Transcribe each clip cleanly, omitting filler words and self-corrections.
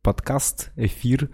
подкаст, эфир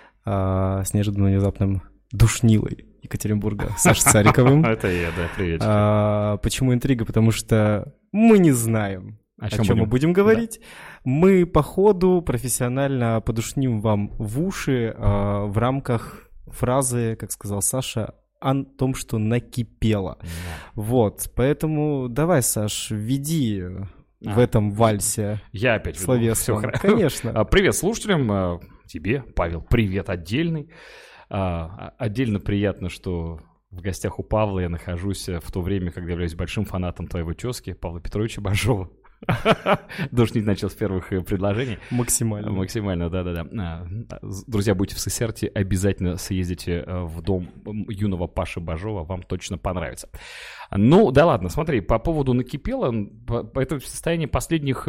с неожиданно внезапным душнилой Екатеринбурга Сашей Цариковым. Это я, да, привет. Почему интрига? Потому что мы не знаем, о чем мы будем говорить. Да. Мы по ходу профессионально подушним вам в уши в рамках фразы, как сказал Саша, о том, что накипело. Вот, поэтому давай, Саш, веди в этом вальсе. Я опять словесном. Конечно. Привет слушателям, тебе, Павел, привет отдельный. Отдельно приятно, что в гостях у Павла я нахожусь в то время, когда являюсь большим фанатом твоего тезки, Павла Петровича Бажова. Душнить начал с первых предложений. Максимально, да. Друзья, будете в Сысерте, обязательно съездите в дом юного Паши Бажова, вам точно понравится. Ну, да ладно, смотри, по поводу накипело, это состояние последних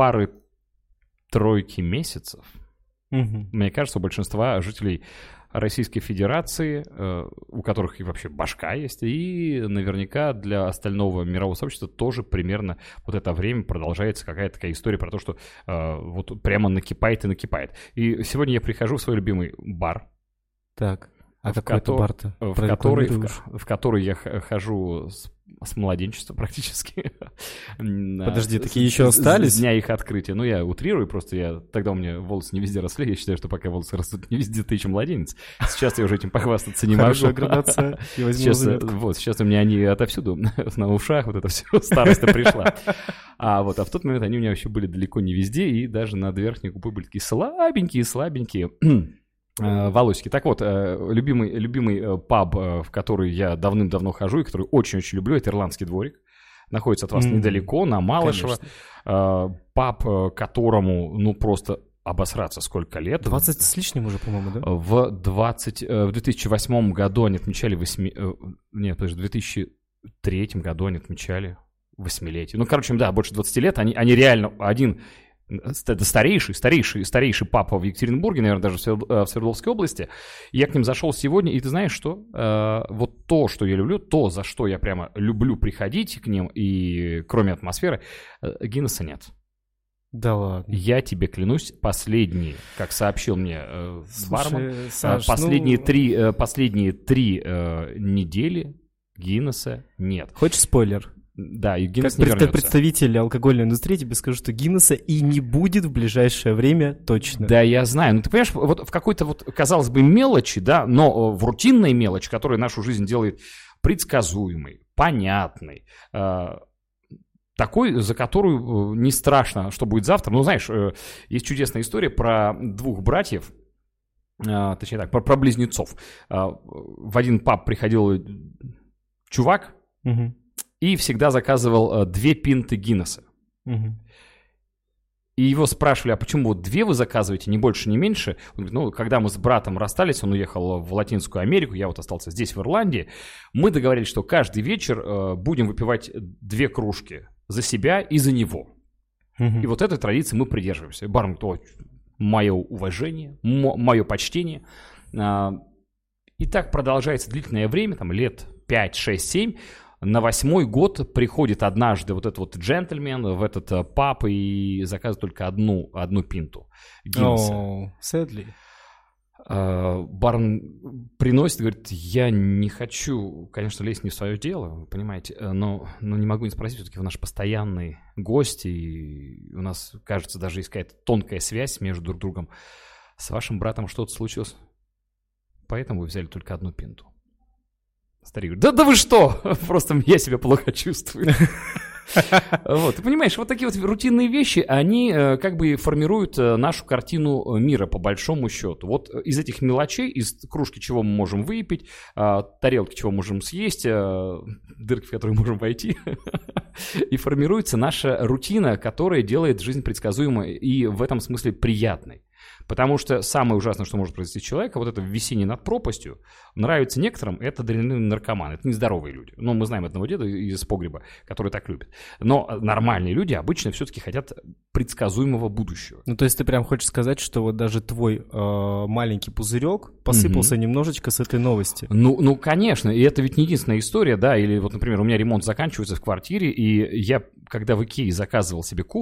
пары-тройки месяцев. Мне кажется, у большинства жителей Российской Федерации, у которых и вообще башка есть, и наверняка для остального мирового сообщества тоже примерно вот это время продолжается какая-то такая история про то, что вот прямо накипает и накипает. И сегодня я прихожу в свой любимый бар. Так, а какой это бар-то? В который я хожу с младенчества практически. Подожди, такие еще остались? С дня их открытия. Ну, я утрирую, просто тогда у меня волосы не везде росли. Я считаю, что пока волосы растут не везде, ты еще младенец. Сейчас я уже этим похвастаться не могу. Сейчас у меня они отовсюду, на ушах, вот это все, старость пришла. А в тот момент они у меня вообще были далеко не везде, и даже над верхней губой были такие слабенькие. Волосики. Так вот, любимый паб, в который я давным-давно хожу и который очень-очень люблю, это Ирландский дворик. Находится от вас недалеко, на Малышево. Паб, которому, ну, просто обосраться сколько лет. 20 с лишним уже, по-моему, да? В 2008 году они отмечали в 2003 году они отмечали 8-летие. Ну, короче, да, больше 20 лет. Они реально это старейший паб в Екатеринбурге, наверное, даже в Свердловской области. Я к ним зашел сегодня, и ты знаешь что? Вот то, что я люблю, то, за что я прямо люблю приходить к ним, и кроме атмосферы, Гиннесса нет. Да ладно. Я тебе клянусь, последние, как сообщил мне бармен, Саш, последние три недели Гиннесса нет. Хочешь спойлер? Да, и Гиннесс не вернется. Как представитель алкогольной индустрии тебе скажу, что Гиннесса и не будет в ближайшее время точно. Да, я знаю. Ну, ты понимаешь, вот в какой-то казалось бы, мелочи, да, но в рутинной мелочи, которая нашу жизнь делает предсказуемой, понятной, такой, за которую не страшно, что будет завтра. Ну, знаешь, есть чудесная история про двух братьев, точнее так, про близнецов. В один паб приходил чувак, и всегда заказывал 2 пинты Гиннесса. И его спрашивали, а почему вот 2 вы заказываете, ни больше, ни меньше? Он говорит, ну, когда мы с братом расстались, он уехал в Латинскую Америку, я вот остался здесь, в Ирландии, мы договорились, что каждый вечер будем выпивать 2 кружки за себя и за него. И вот этой традиции мы придерживаемся. Бармен говорит, мое уважение, мое почтение. И так продолжается длительное время, там лет 5, 6, 7. На 8-й год приходит однажды вот этот вот джентльмен в этот паб и заказывает только одну пинту Гиннесса. Sadly. Бармен приносит, говорит, я не хочу, конечно, лезть не в свое дело, вы понимаете, но не могу не спросить, все-таки вы наш постоянный гость, и у нас, кажется, даже есть какая-то тонкая связь между друг другом. С вашим братом что-то случилось, поэтому вы взяли только одну пинту. Старик говорит, да вы что? Просто я себя плохо чувствую. Вот, ты понимаешь, вот такие вот рутинные вещи, они как бы формируют нашу картину мира, по большому счету. Вот из этих мелочей, из кружки, чего мы можем выпить, тарелки, чего можем съесть, дырки, в которые можем войти, и формируется наша рутина, которая делает жизнь предсказуемой и в этом смысле приятной. Потому что самое ужасное, что может произойти с человеком, вот это висение над пропастью, нравится некоторым, это адреналиновый наркоман, это нездоровые люди. Ну, мы знаем одного деда из погреба, который так любит. Но нормальные люди обычно все-таки хотят предсказуемого будущего. Ну, то есть ты прям хочешь сказать, что вот даже твой маленький пузырек посыпался немножечко с этой новости? Ну, конечно, и это ведь не единственная история, да, или вот, например, у меня ремонт заканчивается в квартире, и я, когда в Икее заказывал себе кухню,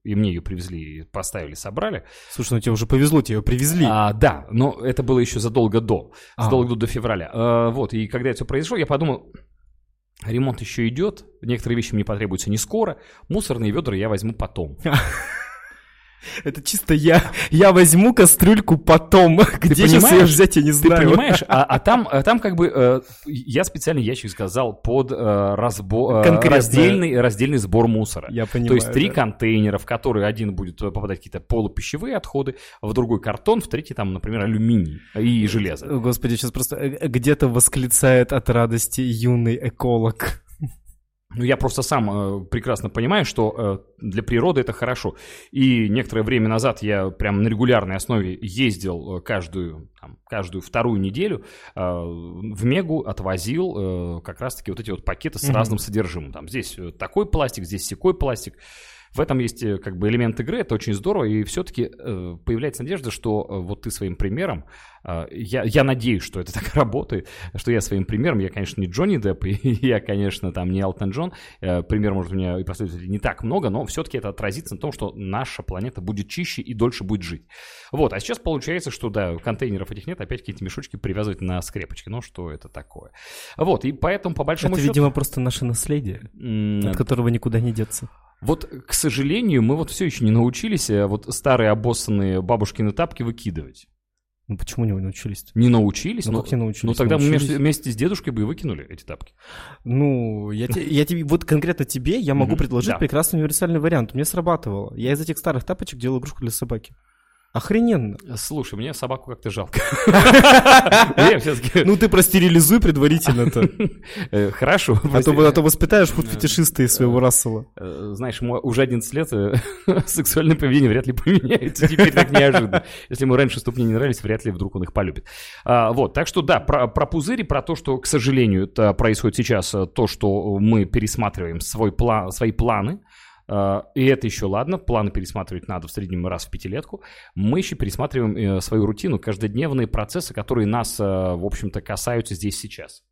и мне ее привезли, поставили, собрали. Слушай, ну тебе уже повезло, тебе ее привезли. Да, но это было еще задолго до февраля. Вот, и когда это все произошло, я подумал, ремонт еще идет, некоторые вещи мне потребуются не скоро, мусорные ведра я возьму потом. Это чисто я возьму кастрюльку потом. Где сейчас ее взять, я не знаю. Ты понимаешь? А там как бы я специально ящик заказал под раздельный сбор мусора. Я понимаю. То есть 3 контейнера, в которые один будет попадать какие-то полупищевые отходы, в другой картон, в третий там, например, алюминий и железо. Господи, сейчас просто где-то восклицает от радости юный эколог. Ну, я просто сам прекрасно понимаю, что для природы это хорошо. И некоторое время назад я прям на регулярной основе ездил каждую вторую неделю в Мегу, отвозил как раз-таки вот эти вот пакеты с разным содержимым. Там здесь такой пластик, здесь сякой пластик. В этом есть как бы элемент игры, это очень здорово, и все-таки появляется надежда, что вот ты своим примером, я надеюсь, что это так работает, что я своим примером, я, конечно, не Джонни Депп, и я, конечно, там не Элтон Джон, пример, может, у меня и последователей не так много, но все-таки это отразится на том, что наша планета будет чище и дольше будет жить. Вот, а сейчас получается, что, да, контейнеров этих нет, опять какие-то мешочки привязывать на скрепочки, ну что это такое? Вот, и поэтому, по большому счету... Это, видимо, просто наше наследие, от которого никуда не деться. Вот, к сожалению, мы вот все еще не научились вот старые обоссанные бабушкины тапки выкидывать. Ну почему не научились-то? Не научились? Ну как не научились? Ну тогда мы вместе с дедушкой бы и выкинули эти тапки. Ну, я тебе, вот конкретно тебе я могу предложить прекрасный универсальный вариант. Мне срабатывало. Я из этих старых тапочек делал игрушку для собаки. Охрененно. Слушай, мне собаку как-то жалко. Ну ты простерилизуй предварительно-то. Хорошо. А то воспитаешь фуд-фетишиста из своего Рассела. Знаешь, ему уже 11 лет, сексуальное поведение вряд ли поменяется теперь так неожиданно. Если ему раньше ступни не нравились, вряд ли вдруг он их полюбит. Вот, так что да, про пузыри, про то, что, к сожалению, это происходит сейчас, то, что мы пересматриваем свои планы. И это еще ладно, планы пересматривать надо в среднем раз в пятилетку. Мы еще пересматриваем свою рутину, каждодневные процессы, которые нас, в общем-то, касаются здесь сейчас.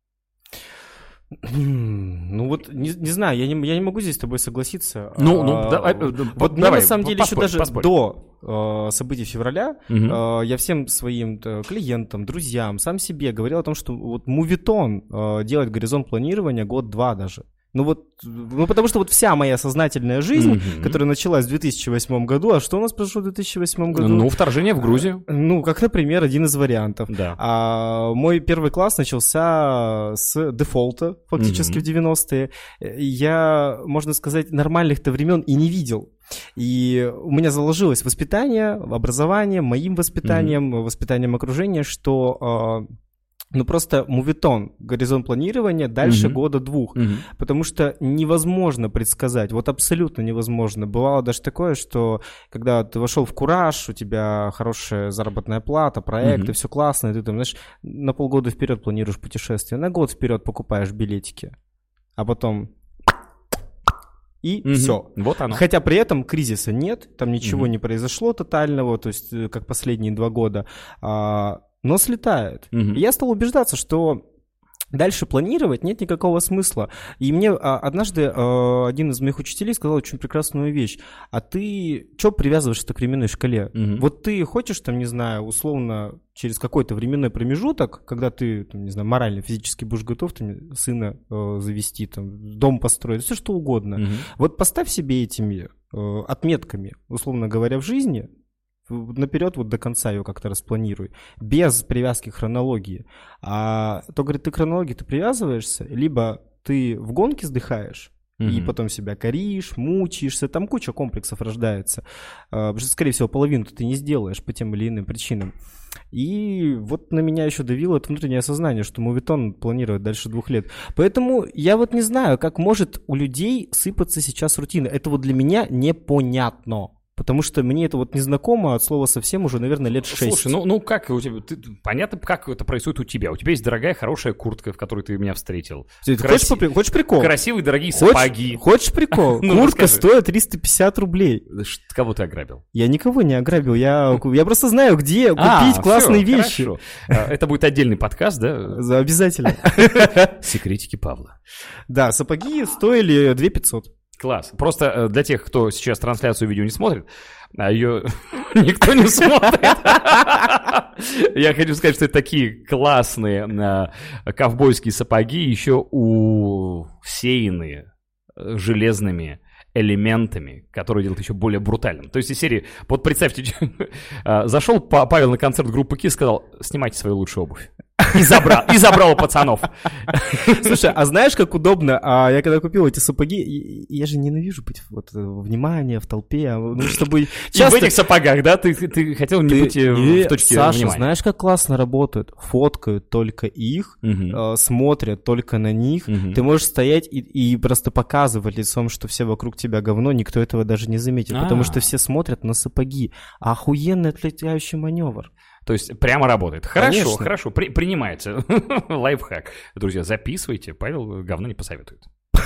Ну вот, не знаю, я не могу здесь с тобой согласиться. Вот на самом деле еще даже до событий февраля я всем своим клиентам, друзьям, сам себе говорил о том, что вот мувитон делать горизонт планирования год-два даже. Ну потому что вот вся моя сознательная жизнь, которая началась в 2008 году, а что у нас произошло в 2008 году? Ну, вторжение в Грузию. Ну, как, например, один из вариантов. Да. Мой первый класс начался с дефолта, фактически в 90-е. Я, можно сказать, нормальных-то времен и не видел. И у меня заложилось воспитание, образование, моим воспитанием, воспитанием окружения, что... Ну, просто мувитон, горизонт планирования дальше года-двух, потому что невозможно предсказать, вот абсолютно невозможно. Бывало даже такое, что когда ты вошел в кураж, у тебя хорошая заработная плата, проекты, все классно, и ты там, знаешь, на полгода вперед планируешь путешествие, на год вперед покупаешь билетики, а потом... И все. Вот оно. Хотя при этом кризиса нет, там ничего не произошло тотального, то есть как последние 2 года, но слетает. И я стал убеждаться, что дальше планировать нет никакого смысла. И мне однажды один из моих учителей сказал очень прекрасную вещь. А ты что привязываешься к временной шкале? Вот ты хочешь, там, не знаю, условно, через какой-то временной промежуток, когда ты, там, не знаю, морально, физически будешь готов там, сына завести, там, дом построить, все что угодно. Вот поставь себе этими отметками, условно говоря, в жизни, наперед вот до конца ее как-то распланируй, без привязки к хронологии. А то, говорит, ты к хронологии ты привязываешься, либо ты в гонке сдыхаешь, и потом себя коришь, мучаешься, там куча комплексов рождается. Потому что, скорее всего, половину ты не сделаешь по тем или иным причинам. И вот на меня еще давило это внутреннее осознание, что мувитон планирует дальше 2 лет. Поэтому я вот не знаю, как может у людей сыпаться сейчас рутина. Это вот для меня непонятно. Потому что мне это вот незнакомо от слова совсем уже, наверное, лет 6. Слушай, ну как у тебя, понятно, как это происходит у тебя. У тебя есть дорогая, хорошая куртка, в которой ты меня встретил. Хочешь прикол? Красивые, дорогие сапоги. Хочешь прикол? Куртка стоит 350 рублей. Кого ты ограбил? Я никого не ограбил. Я просто знаю, где купить классные вещи. Хорошо. Это будет отдельный подкаст, да? Обязательно. Секретики Павла. Да, сапоги стоили 2500. Класс. Просто для тех, кто сейчас трансляцию видео не смотрит, а ее никто не смотрит, я хочу сказать, что это такие классные ковбойские сапоги, еще усеянные железными элементами, которые делают еще более брутальным. То есть из серии, вот представьте, зашел Павел на концерт группы Kiss, сказал: снимайте свою лучшую обувь. И забрал у пацанов. Слушай, а знаешь, как удобно? Я когда купил эти сапоги, я же ненавижу быть вот внимание в толпе, ну, чтобы часто... И в этих сапогах, да? Ты хотел не быть в точке Саша, внимания. знаешь, как классно работают? Фоткают только их, смотрят только на них. Ты можешь стоять и просто показывать лицом, что все вокруг тебя говно, никто этого даже не заметит, потому что все смотрят на сапоги. Охуенный отлетающий маневр. То есть прямо работает. Хорошо, Конечно. хорошо, принимается. Лайфхак. Друзья, записывайте, Павел говно не посоветует.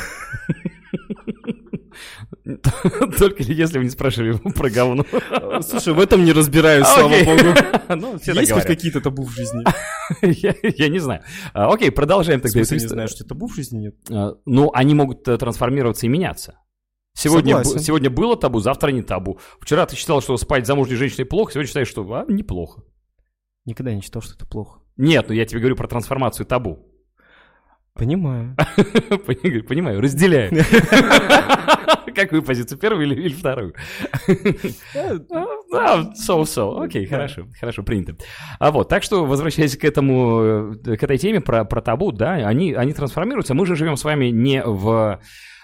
Только если вы не спрашивали про говно. Слушай, в этом не разбираюсь, слава богу. Ну, есть хоть какие-то табу в жизни? Я не знаю. Окей, продолжаем тогда. Если не знаешь, что табу в жизни нет? Ну, они могут трансформироваться и меняться. Сегодня было табу, завтра не табу. Вчера ты считал, что спать с замужней женщиной плохо, сегодня считаешь, что неплохо. Никогда не считал, что это плохо. Нет, ну я тебе говорю про трансформацию табу. Понимаю. Понимаю, разделяю. Какую позицию, первую или вторую? Окей, хорошо, принято. Так что, возвращаясь к этой теме про табу, да, они трансформируются. Мы же живем с вами не в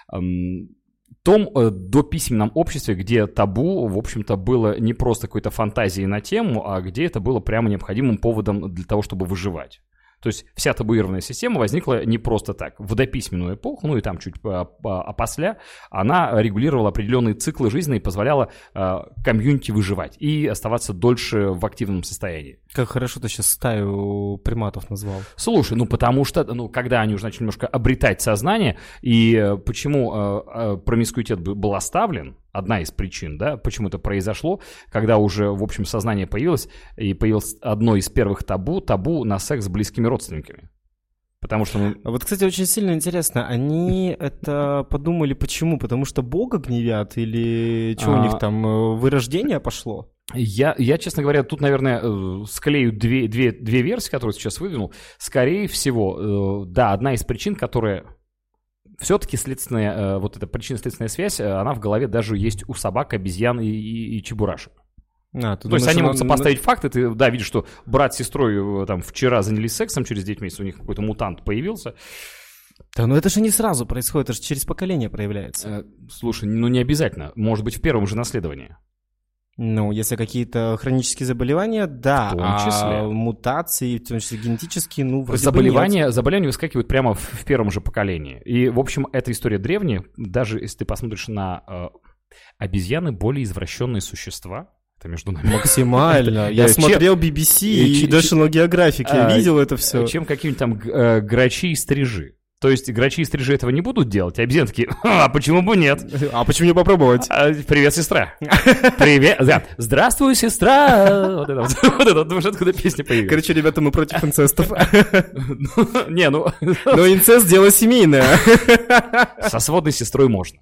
том дописьменном обществе, где табу, в общем-то, было не просто какой-то фантазией на тему, а где это было прямо необходимым поводом для того, чтобы выживать. То есть вся табуированная система возникла не просто так. В дописьменную эпоху, ну и там чуть опосля, она регулировала определенные циклы жизни и позволяла комьюнити выживать и оставаться дольше в активном состоянии. Как хорошо ты сейчас стаю приматов назвал. Слушай, потому что, когда они уже начали немножко обретать сознание, и почему промискуитет был оставлен, одна из причин, да, почему это произошло, когда уже, в общем, сознание появилось, и появилось одно из первых табу на секс с близкими родственниками. Потому что... Вот, кстати, очень сильно интересно, они это подумали почему? Потому что Бога гневят или что у них там, вырождение пошло? Я, честно говоря, тут, наверное, склею две версии, которые сейчас выдвинул. Скорее всего, да, одна из причин, которая... Все-таки вот эта причинно-следственная связь, она в голове даже есть у собак, обезьян и чебурашек. То есть они могут сопоставить факты, ты, да, видишь, что брат с сестрой там вчера занялись сексом, через 9 месяцев у них какой-то мутант появился. Да, но это же не сразу происходит, это же через поколение проявляется. Слушай, не обязательно, может быть в первом же наследовании. Если какие-то хронические заболевания, да, в том числе. А мутации, в том числе генетические, вроде заболевания выскакивают прямо в первом же поколении. И, в общем, эта история древняя, даже если ты посмотришь на обезьяны, более извращенные существа. Это между нами. Максимально. Я смотрел BBC и National Geographic, я видел это все. Чем какие-нибудь там грачи и стрижи. То есть грачи и стрижи этого не будут делать, а обезьяны такие: а почему бы нет? А почему не попробовать? Привет, сестра. Привет. Здравствуй, сестра. Вот это уже откуда песня появилась. Короче, ребята, мы против инцестов. Но инцест — дело семейное. Со сводной сестрой можно.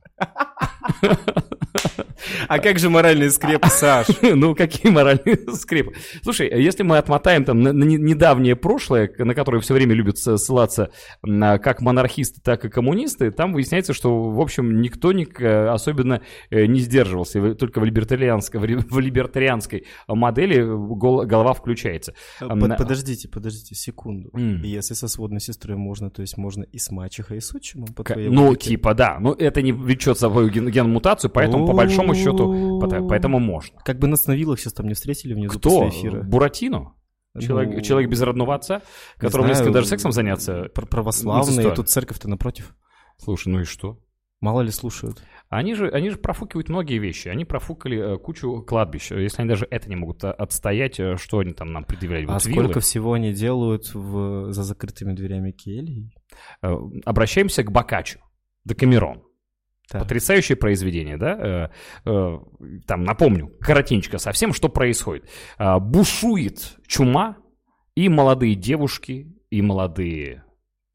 А как же моральные скрепы, Саш? Какие моральные скрепы? Слушай, если мы отмотаем там на недавнее прошлое, на которое все время любят ссылаться как монархисты, так и коммунисты, там выясняется, что, в общем, никто особенно не сдерживался. Только в либертарианской модели голова включается. Подождите секунду. Если со сводной сестрой можно, то есть можно и с мачехой, и с отчимом? Да. Но это не влечет за собой генмутацию, поэтому по большому счету, поэтому можно. Как бы нас на виллах сейчас там не встретили внизу после эфира. Кто? Буратино? Человек без родного отца, которому несколько даже сексом заняться. Православные, тут церковь-то напротив. Слушай, и что? Мало ли слушают. Они же профукивают многие вещи. Они профукали кучу кладбищ. Если они даже это не могут отстоять, что они там нам предъявляли? А сколько всего они делают за закрытыми дверями келий? Обращаемся к Боккаччо, Декамерон. Так. Потрясающее произведение, да? Там, напомню, коротенько совсем, что происходит. Бушует чума, и молодые девушки, и молодые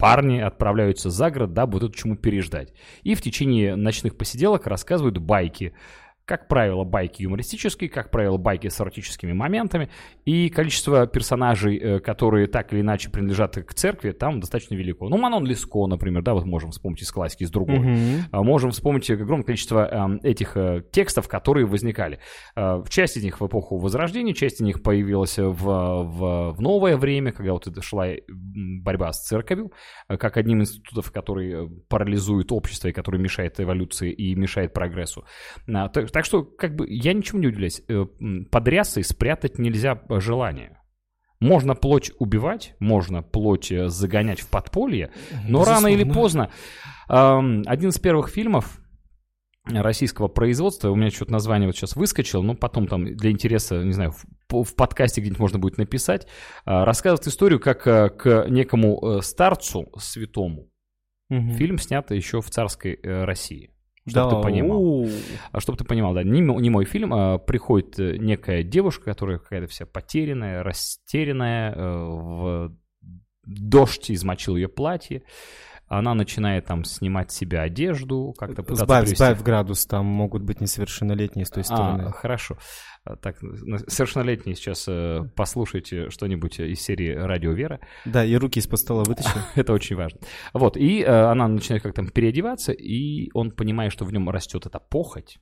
Парни отправляются за город, дабы вот эту чуму переждать. И в течение ночных посиделок рассказывают байки. Как правило, байки юмористические, как правило, байки с эротическими моментами. И количество персонажей, которые так или иначе принадлежат к церкви, там достаточно велико. Ну, Манон Леско, например, да, вот можем вспомнить из классики, из другого. Можем вспомнить огромное количество этих текстов, которые возникали. Часть из них в эпоху Возрождения, часть из них появилась в новое время, когда вот это шла борьба с церковью, как одним из институтов, который парализует общество и который мешает эволюции и мешает прогрессу. Так что, как бы, я ничему не удивляюсь. Под рясой спрятать нельзя желание. Можно плоть убивать, можно плоть загонять в подполье, но безусловно, рано или поздно. Один из первых фильмов российского производства, у меня что-то название вот сейчас выскочило, но потом там для интереса, не знаю, в подкасте где-нибудь можно будет написать, рассказывает историю, как к некому старцу святому фильм снят еще в царской России. Чтобы ты понимал. Чтобы ты понимал, да, не мой фильм, приходит некая девушка, которая какая-то вся потерянная, растерянная, в дождь измочил ее платье. Она начинает там снимать с себя одежду, как-то пытаться Сбавь градус, там могут быть несовершеннолетние с той стороны. Хорошо. Так, совершеннолетние сейчас послушайте что-нибудь из серии «Радио Вера». Да, и руки из-под стола вытащи. Это очень важно. Вот, и она начинает как-то переодеваться, и он, понимая, что в нем растет эта похоть,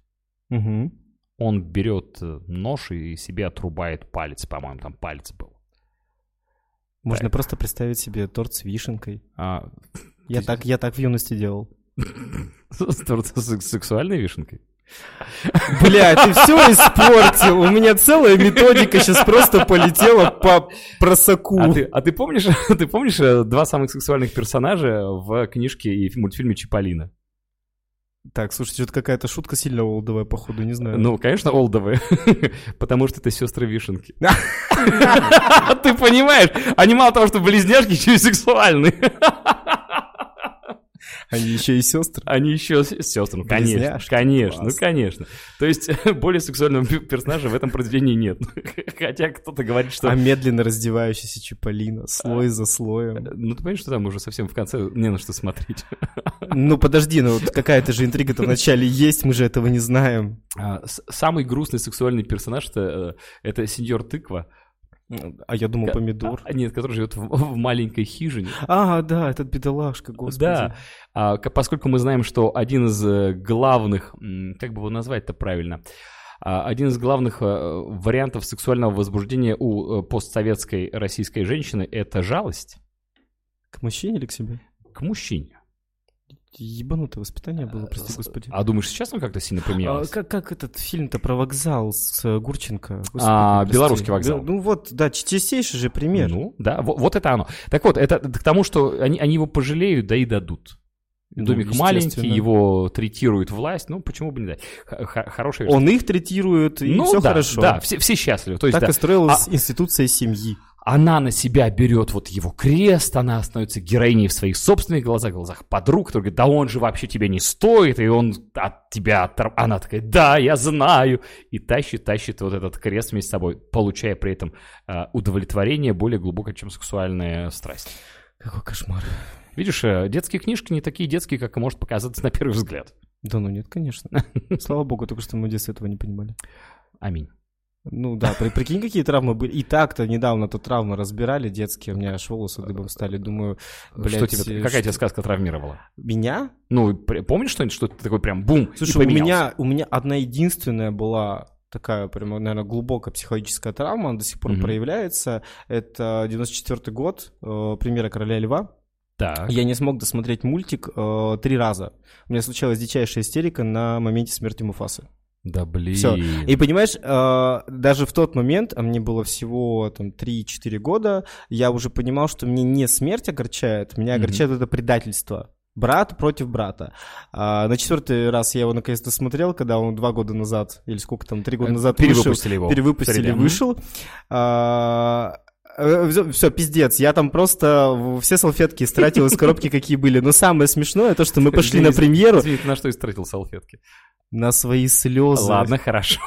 он берет нож и себе отрубает палец, по-моему, там палец был. Можно просто представить себе торт с вишенкой. Я так в юности делал. Торт с сексуальной вишенкой? Бля, ты все испортил. У меня целая методика сейчас просто полетела по просаку. А ты помнишь два самых сексуальных персонажа в книжке и в мультфильме «Чиполлино»? Так, слушай, что-то какая-то шутка сильно олдовая, походу, не знаю. Ну, конечно, олдовая, потому что это сестры Вишенки. Ты понимаешь, они мало того, что близняшки, еще и сексуальные. Они еще и сестры? Они еще сестры, конечно. То есть более сексуального персонажа в этом произведении нет. Хотя кто-то говорит, что... А медленно раздевающийся Чиполлино, слой за слоем. Ну, ты понимаешь, что там уже совсем в конце не на что смотреть. Ну, подожди, ну вот какая-то же интрига-то вначале есть, мы же этого не знаем. Самый грустный сексуальный персонаж это сеньор Тыква. А я думал, помидор. Нет, который живет в маленькой хижине. Да, этот бедолашка, господи. Да, поскольку мы знаем, что один из главных, как бы его назвать-то правильно, один из главных вариантов сексуального возбуждения у постсоветской российской женщины – это жалость. К мужчине или к себе? К мужчине. Ебанутое воспитание было, прости господи. А думаешь, сейчас он как-то сильно поменялся? Как этот фильм-то про вокзал с Гурченко? Господи, белорусский вокзал. Ну вот, да, чистейший же пример. Ну, да, вот это оно. Так вот, это к тому, что они его пожалеют, да и дадут. Домик маленький, его третирует власть, ну почему бы не дать? Хорошая Он их третирует, и все хорошо. Да, все счастливы. То есть, так и строилась институция семьи. Она на себя берет вот его крест, она становится героиней в своих собственных глазах подруг, которые говорят, да он же вообще тебе не стоит, и он от тебя... Она такая, да, я знаю, и тащит вот этот крест вместе с собой, получая при этом удовлетворение более глубокое, чем сексуальная страсть. Какой кошмар. Видишь, детские книжки не такие детские, как может показаться на первый взгляд. Да ну нет, конечно. Слава богу, только что мы в детстве этого не понимали. Аминь. Ну да, прикинь, какие травмы были. И так-то недавно тут травмы разбирали детские, у меня аж волосы дыбом стали. Думаю, блядь... Какая тебя сказка травмировала? Меня? Ну, помнишь что-нибудь, что ты такой прям бум, слушай, у меня одна единственная была такая прям, наверное, глубокая психологическая травма, она до сих пор проявляется. Это 94-й год, премьера «Короля льва». Так. Я не смог досмотреть мультик 3 раза. У меня случилась дичайшая истерика на моменте смерти Муфасы. Да блин. Все. И понимаешь, даже в тот момент, а мне было всего там 3-4 года, я уже понимал, что мне не смерть огорчает, меня огорчает это предательство. Брат против брата. На 4-й раз я его наконец-то смотрел, когда он 2 года назад, или сколько там, 3 года назад перевыпустили, вышел. Все, пиздец, я там просто все салфетки истратил из коробки, какие были. Но самое смешное, то, что мы пошли на премьеру... Извините, на что истратил салфетки? На свои слезы. Ладно, хорошо.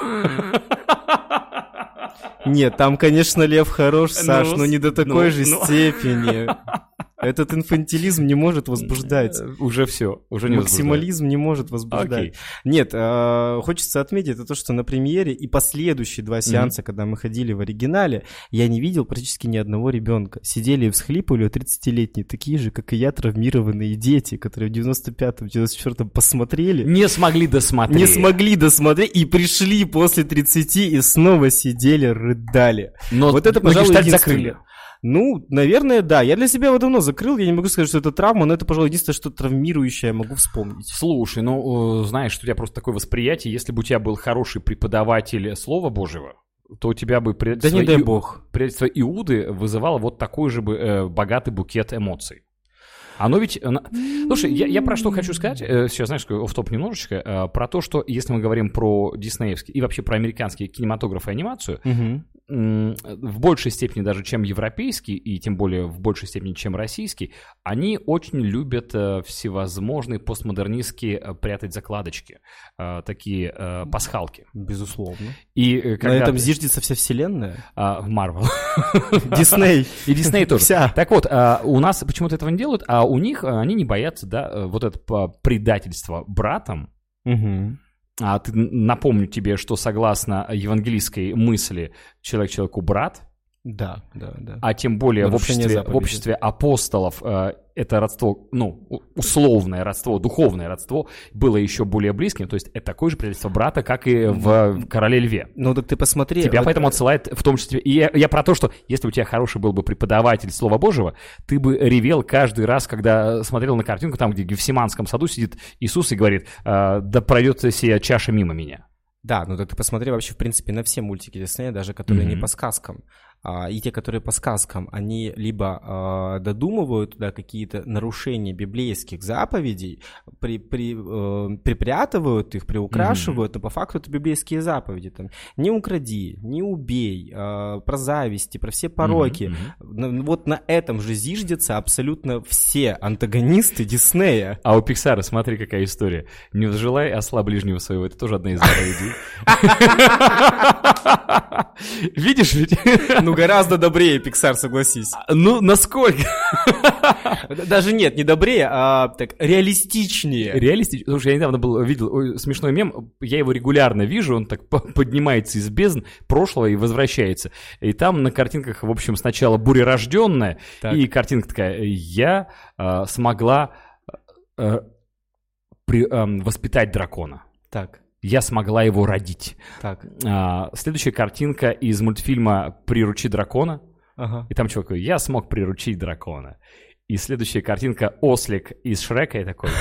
Нет, там, конечно, Лев хорош, Саш, но не до такой же степени. Этот инфантилизм не может возбуждать. Уже все, уже не максимализм не может возбуждать. Нет, хочется отметить это то, что на премьере и последующие 2 сеанса, когда мы ходили в оригинале, я не видел практически ни одного ребенка. Сидели и всхлипывали 30-летние, такие же, как и я, травмированные дети, которые в 95-м, 94-м посмотрели. Не смогли досмотреть И пришли после 30 и снова сидели, рыдали. Но вот это, пожалуй, закрыли. Ну, наверное, да. Я для себя его давно закрыл. Я не могу сказать, что это травма, но это, пожалуй, единственное, что травмирующее я могу вспомнить. Слушай, знаешь, у тебя просто такое восприятие. Если бы у тебя был хороший преподаватель Слова Божьего, то у тебя бы предательство Иуды вызывало вот такой же богатый букет эмоций. Оно ведь... Слушай, я про что хочу сказать, сейчас, знаешь, офф-топ немножечко, про то, что если мы говорим про диснеевский и вообще про американский кинематограф и анимацию, в большей степени даже, чем европейский, и тем более в большей степени, чем российский, они очень любят всевозможные постмодернистские прятать закладочки, такие пасхалки. Безусловно. И на этом зиждется вся вселенная? Марвел. Дисней. И Дисней тоже. Вся. Так вот, у нас почему-то этого не делают, а у них они не боятся, да, вот это предательство братом. Напомню тебе, что согласно евангелийской мысли человек человеку брат. Да. А тем более в обществе апостолов это родство, условное родство, духовное родство было еще более близким. То есть это такое же предательство брата, как и в «Короле Льве». Ну так ты посмотри. Тебя поэтому отсылает в том числе... И я про то, что если у тебя хороший был бы преподаватель Слова Божьего, ты бы ревел каждый раз, когда смотрел на картинку, там, где в Гефсиманском саду сидит Иисус и говорит: «Да пройдет сия чаша мимо меня». Да, так ты посмотри вообще, в принципе, на все мультики Диснея, даже которые не по сказкам. И те, которые по сказкам, они либо додумывают туда какие-то нарушения библейских заповедей, припрятывают их, приукрашивают, но по факту это библейские заповеди. Там, не укради, не убей, про зависти, про все пороки. Вот на этом же зиждятся абсолютно все антагонисты Диснея. А у Пиксара, смотри, какая история. Не возжелай осла ближнего своего, это тоже одна из заповедей. Видишь ведь? Гораздо добрее Pixar, согласись. Насколько? Даже нет, не добрее, а так реалистичнее. Реалистичнее? Слушай, я недавно видел смешной мем, я его регулярно вижу, он так поднимается из бездн прошлого и возвращается. И там на картинках, в общем, сначала бурерожденная, и картинка такая: я смогла воспитать дракона. Так. Я смогла его родить. Так. Следующая картинка из мультфильма «Приручи дракона». И там чувак говорит: я смог приручить дракона. И следующая картинка — ослик из Шрека, и такой: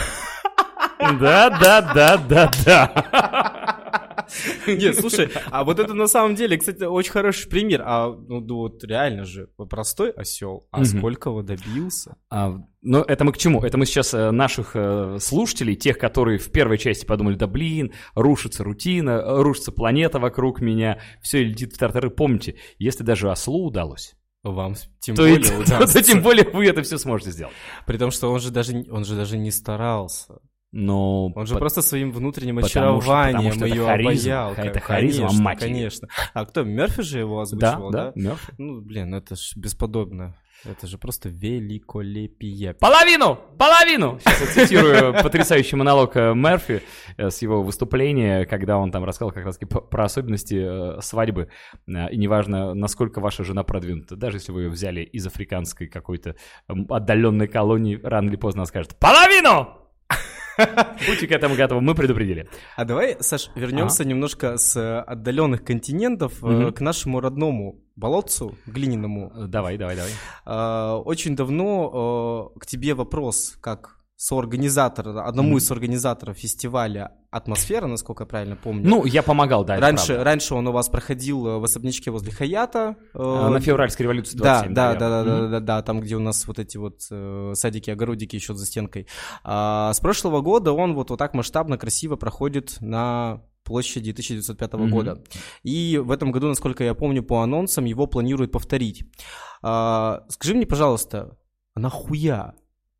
да. Нет, слушай, а вот это на самом деле, кстати, очень хороший пример. Вот реально же простой осел, а сколько его добился? Но это мы к чему? Это мы сейчас наших слушателей, тех, которые в первой части подумали: да блин, рушится рутина, рушится планета вокруг меня, все летит в тартары. Помните, если даже ослу удалось, вам тем более удастся. То тем более вы это все сможете сделать. При том, что он же даже не старался. Но он же просто своим внутренним очарованием ее обаял. Это харизма, мать. Конечно. А кто? Мерфи же его озвучивал, да? Мерфи. Это ж бесподобно. Это же просто великолепие. Половину! Сейчас я цитирую потрясающий монолог Мерфи с его выступления, когда он там рассказал как раз про особенности свадьбы. И неважно, насколько ваша жена продвинута, даже если вы ее взяли из африканской какой-то отдаленной колонии, рано или поздно она скажет: половину! Будьте к этому готовы, мы предупредили. А давай, Саш, вернемся немножко с отдаленных континентов к нашему родному болотцу глиняному. Давай. Очень давно к тебе вопрос, как соорганизатора, одному из соорганизаторов фестиваля «Атмосфера», насколько я правильно помню. Я помогал, да, раньше он у вас проходил в особнячке возле Хаята. На февральской революции 27. Да, там, где у нас вот эти вот садики, огородики еще за стенкой. С прошлого года он вот так масштабно, красиво проходит на площади 1905 года. И в этом году, насколько я помню, по анонсам его планируют повторить. Скажи мне, пожалуйста, нахуя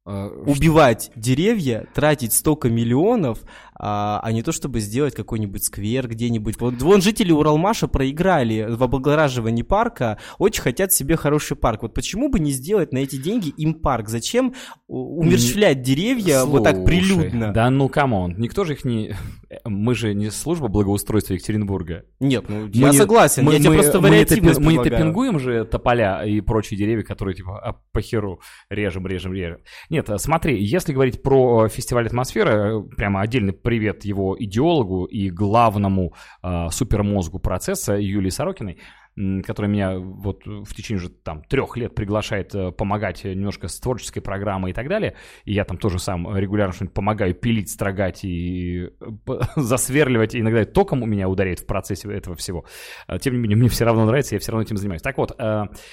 убивать деревья, тратить столько миллионов, а не то, чтобы сделать какой-нибудь сквер где-нибудь. Вот вон жители Уралмаша проиграли в облагораживании парка, очень хотят себе хороший парк. Вот почему бы не сделать на эти деньги им парк? Зачем умерщвлять деревья вот так прилюдно? Да ну камон, никто же их не... Мы же не служба благоустройства Екатеринбурга. Нет, ну я согласен, я тебе просто вариативность мы не предлагаю. топингуем же тополя и прочие деревья, которые типа по херу режем. Нет, смотри, если говорить про фестиваль «Атмосфера», прямо отдельный привет его идеологу и главному супермозгу процесса Юлии Сорокиной, которая меня вот в течение уже там 3 лет приглашает помогать немножко с творческой программой и так далее. И я там тоже сам регулярно что-нибудь помогаю пилить, строгать и засверливать. И иногда током у меня ударяет в процессе этого всего. Тем не менее, мне все равно нравится, я все равно этим занимаюсь. Так вот,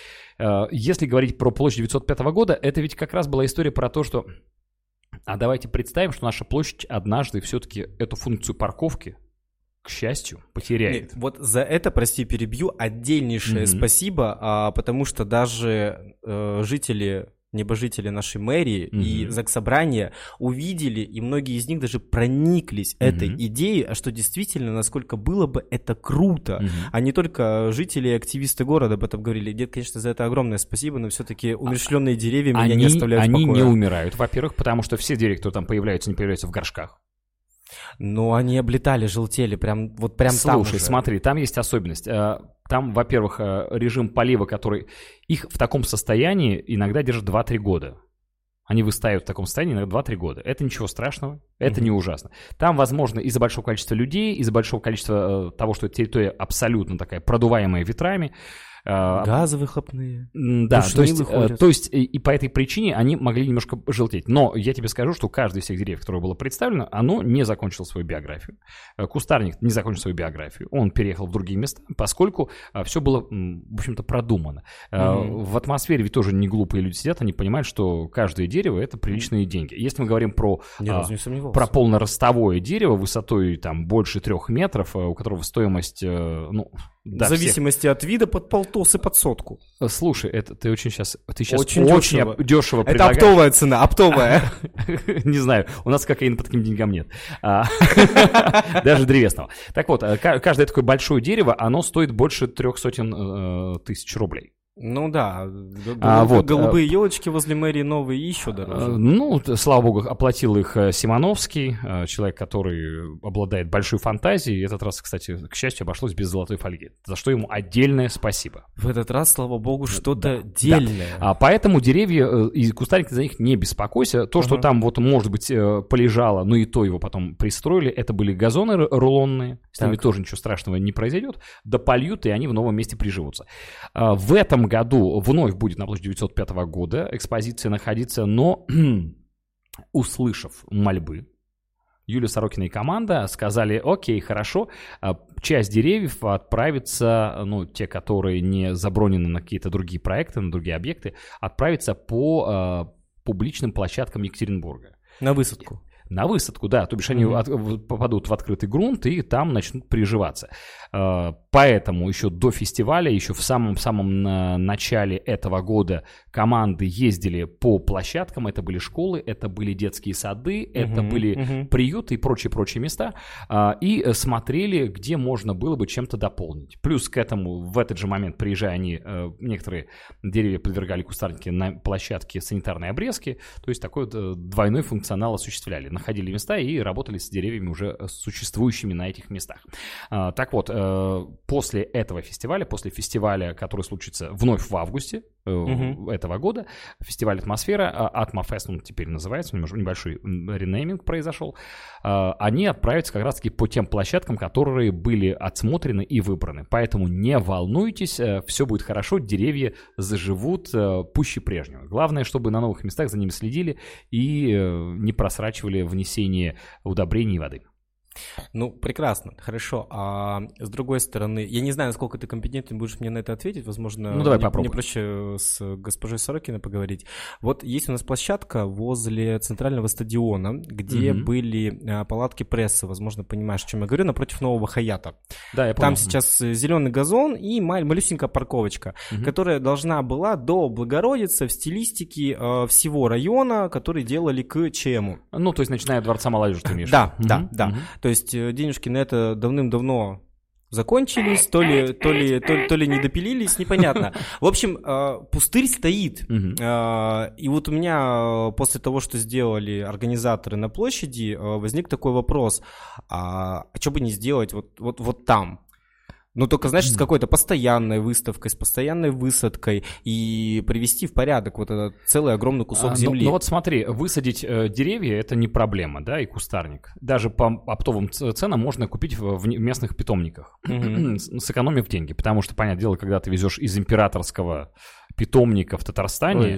если говорить про площадь 905 года, это ведь как раз была история про то, что... А давайте представим, что наша площадь однажды все-таки эту функцию парковки, к счастью, потеряет. Нет, вот за это, прости, перебью, отдельнейшее спасибо, потому что даже небожители нашей мэрии и Заксобрания увидели, и многие из них даже прониклись этой идеей, а что действительно, насколько было бы это круто, а не только жители и активисты города об этом говорили. Нет, конечно, за это огромное спасибо, но все-таки умерщвленные деревья меня не оставляют в покое. Они не умирают, во-первых, потому что все деревья, кто там появляются, не появляются в горшках. Ну, они облетали, желтели, прям там. Слушай, смотри, там есть особенность. Там, во-первых, режим полива, который их в таком состоянии иногда держит 2-3 года. Они выстаивают в таком состоянии иногда 2-3 года. Это ничего страшного, это не ужасно. Там, возможно, из-за большого количества людей, из-за большого количества того, что эта территория абсолютно такая продуваемая ветрами, газы выхлопные. Да, то есть и по этой причине они могли немножко желтеть. Но я тебе скажу, что каждый из всех деревьев, которое было представлено, оно не закончило свою биографию. Кустарник не закончил свою биографию. Он переехал в другие места, поскольку все было, в общем-то, продумано. В атмосфере ведь тоже не глупые люди сидят, они понимают, что каждое дерево — это приличные деньги. Если мы говорим про полноростовое дерево высотой там больше 3 метров, у которого стоимость... в зависимости от вида под полтос и под 100. Слушай, это ты сейчас очень дешево предлагаешь. Это оптовая цена, оптовая. Не знаю, у нас кокаина по таким деньгам нет. Даже древесного. Так вот, каждое такое большое дерево, оно стоит больше 300 тысяч рублей. Ну да, голубые елочки возле мэрии новые еще дороже. Слава богу, оплатил их Симоновский, человек, который обладает большой фантазией. Этот раз, кстати, к счастью, обошлось без золотой фольги, за что ему отдельное спасибо. В этот раз, слава богу, что-то дельное. Да. Поэтому деревья и кустарники, за них не беспокойся. То, что там вот, может быть, полежало, но и то его потом пристроили, это были газоны рулонные, с ними тоже ничего страшного не произойдет. Допольют, и они в новом месте приживутся. В этом году вновь будет на площади 905 года экспозиция находиться, но услышав мольбы, Юлия Сорокина и команда сказали: окей, хорошо, часть деревьев отправится, те, которые не забронены на какие-то другие проекты, на другие объекты, отправятся по публичным площадкам Екатеринбурга. На высадку. На высадку, да, то бишь они попадут в открытый грунт и там начнут приживаться. Поэтому еще до фестиваля, еще в самом-самом начале этого года команды ездили по площадкам. Это были школы, это были детские сады, это были приюты и прочие места. И смотрели, где можно было бы чем-то дополнить. Плюс к этому в этот же момент, приезжая они, некоторые деревья подвергали кустарники на площадке санитарной обрезки. То есть такой двойной функционал осуществляли. Находили места и работали с деревьями уже существующими на этих местах. Так вот, после этого фестиваля, после фестиваля, который случится вновь в августе этого года, фестиваль «Атмосфера», «Атмофест» он теперь называется, небольшой ренейминг произошел, они отправятся как раз-таки по тем площадкам, которые были отсмотрены и выбраны. Поэтому не волнуйтесь, все будет хорошо, деревья заживут пуще прежнего. Главное, чтобы на новых местах за ними следили и не просрачивали внесение удобрений и воды. Ну, прекрасно, хорошо. А с другой стороны, я не знаю, насколько ты компетентен будешь мне на это ответить. Возможно, давай попробуем. Мне проще с госпожой Сорокиной поговорить. Вот есть у нас площадка возле центрального стадиона, где были палатки прессы. Возможно, понимаешь, о чем я говорю, напротив нового Хаята. Да, я понял. Там сейчас зеленый газон и малюсенькая парковочка, которая должна была дооблагородиться в стилистике всего района, который делали к ЧМу. Ну, то есть, начиная от Дворца молодежи, ты имеешь? Да. То есть денежки на это давным-давно закончились, то ли не допилились, непонятно. В общем, пустырь стоит. И вот у меня после того, что сделали организаторы на площади, возник такой вопрос: а что бы не сделать вот там? Ну, только, знаешь, с какой-то постоянной выставкой, с постоянной высадкой и привести в порядок вот этот целый огромный кусок земли. Ну вот смотри, высадить деревья – это не проблема, да, и кустарник. Даже по оптовым ценам можно купить в местных питомниках, сэкономив деньги. Потому что, понятное дело, когда ты везешь из императорского питомника в Татарстане,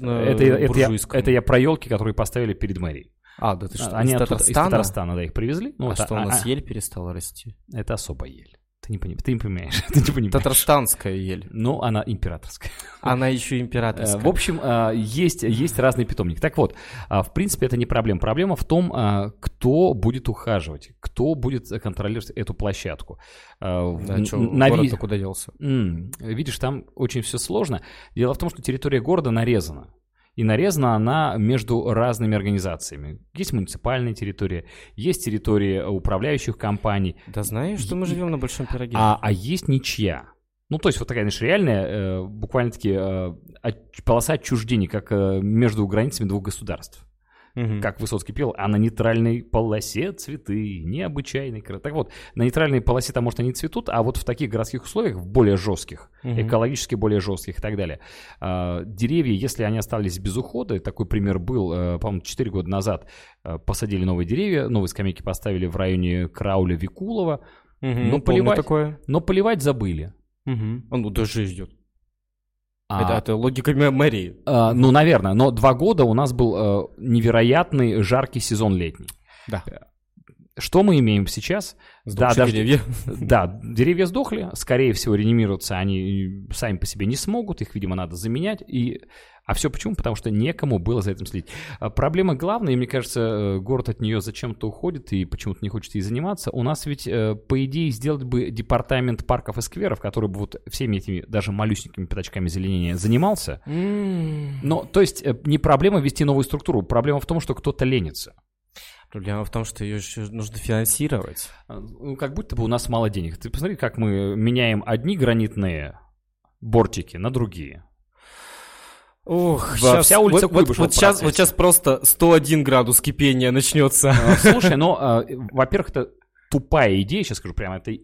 это я про елки, которые поставили перед мэрией. А, да ты что, они из Татарстана, да, их привезли. Ну, что, у нас ель перестала расти? Это особая ель. Ты не понимаешь. Ты не понимаешь. Татарстанская ель. Ну, она императорская. Она еще императорская. В общем, есть разные питомники. Так вот, в принципе, это не проблема. Проблема в том, кто будет ухаживать, кто будет контролировать эту площадку. Город-то куда делся? Видишь, там очень все сложно. Дело в том, что территория города нарезана. И нарезана она между разными организациями. Есть муниципальная территория, есть территория управляющих компаний. Да знаешь, что мы живем на большом пироге. А есть ничья. Ну, то есть вот такая, знаешь, реальная, буквально-таки полоса отчуждения, как между границами двух государств. Как Высоцкий пел, а на нейтральной полосе цветы необычайные. Так вот, на нейтральной полосе там, может, они цветут, а вот в таких городских условиях, в более жестких, экологически более жестких и так далее, деревья, если они остались без ухода, такой пример был, по-моему, 4 года назад, посадили новые деревья, новые скамейки поставили в районе Крауля-Викулова, но поливать забыли. Он даже ждет. Это логика мэрии. Ну, наверное, но 2 года у нас был невероятный жаркий сезон летний. Да. Что мы имеем сейчас? Деревья. Да, деревья сдохли, скорее всего, реанимироваться они сами по себе не смогут, их, видимо, надо заменять. А все почему? Потому что некому было за этим следить. Проблема главная, и мне кажется, город от нее зачем-то уходит и почему-то не хочет ей заниматься. У нас ведь, по идее, сделать бы департамент парков и скверов, который бы вот всеми этими даже малюсенькими пятачками зеленения занимался. Но, то есть, не проблема ввести новую структуру, проблема в том, что кто-то ленится. Проблема в том, что ее еще нужно финансировать. Ну, как будто бы у нас мало денег. Ты посмотри, как мы меняем одни гранитные бортики на другие. Ох, вся улица вот сейчас просто 101 градус кипения начнется. Слушай, во-первых, это тупая идея, сейчас скажу прямо, это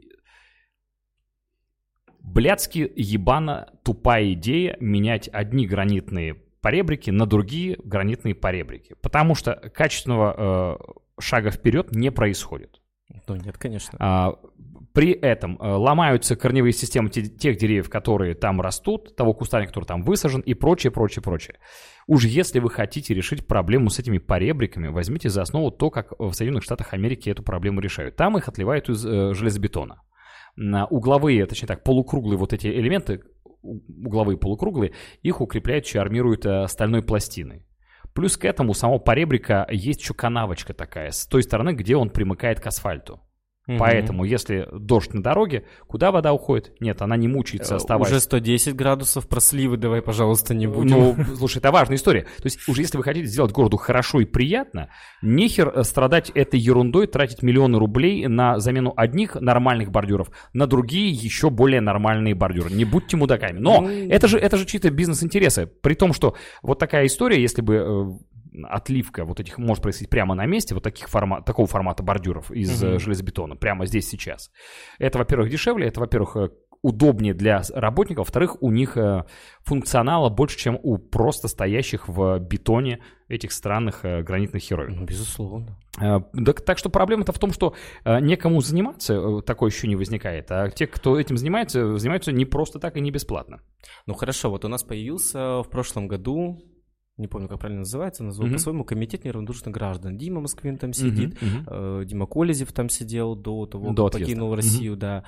блядски ебано тупая идея менять одни гранитные поребрики на другие гранитные поребрики. Потому что качественного шага вперед не происходит. Ну, нет, конечно. При этом ломаются корневые системы тех деревьев, которые там растут, того кустарника, который там высажен и прочее. Уж если вы хотите решить проблему с этими поребриками, возьмите за основу то, как в Соединенных Штатах Америки эту проблему решают. Там их отливают из железобетона. Угловые, точнее так, полукруглые вот эти элементы, угловые полукруглые, их укрепляют и армируют стальной пластиной. Плюс к этому у самого поребрика есть еще канавочка такая, с той стороны, где он примыкает к асфальту. Поэтому, если дождь на дороге, куда вода уходит? Нет, она не мучается, оставаясь. Уже 110 градусов, про сливы давай, пожалуйста, не будем. Ну, слушай, это важная история. То есть, уже если вы хотите сделать городу хорошо и приятно, нехер страдать этой ерундой, тратить миллионы рублей на замену одних нормальных бордюров, на другие еще более нормальные бордюры. Не будьте мудаками. Но это же чьи-то бизнес-интересы. При том, что вот такая история, если бы... отливка вот этих может происходить прямо на месте, вот такого формата бордюров из железобетона, прямо здесь сейчас. Это, во-первых, дешевле, это, во-первых, удобнее для работников, во-вторых, у них функционала больше, чем у просто стоящих в бетоне этих странных гранитных хероев. Ну, безусловно. Так что проблема-то в том, что некому заниматься, такое еще не возникает, а те, кто этим занимаются не просто так и не бесплатно. Ну хорошо, вот у нас появился в прошлом году не помню, как правильно называется, назвал по-своему комитет неравнодушных граждан. Дима Москвин там сидит, Дима Колезев там сидел до того, как покинул Россию, да.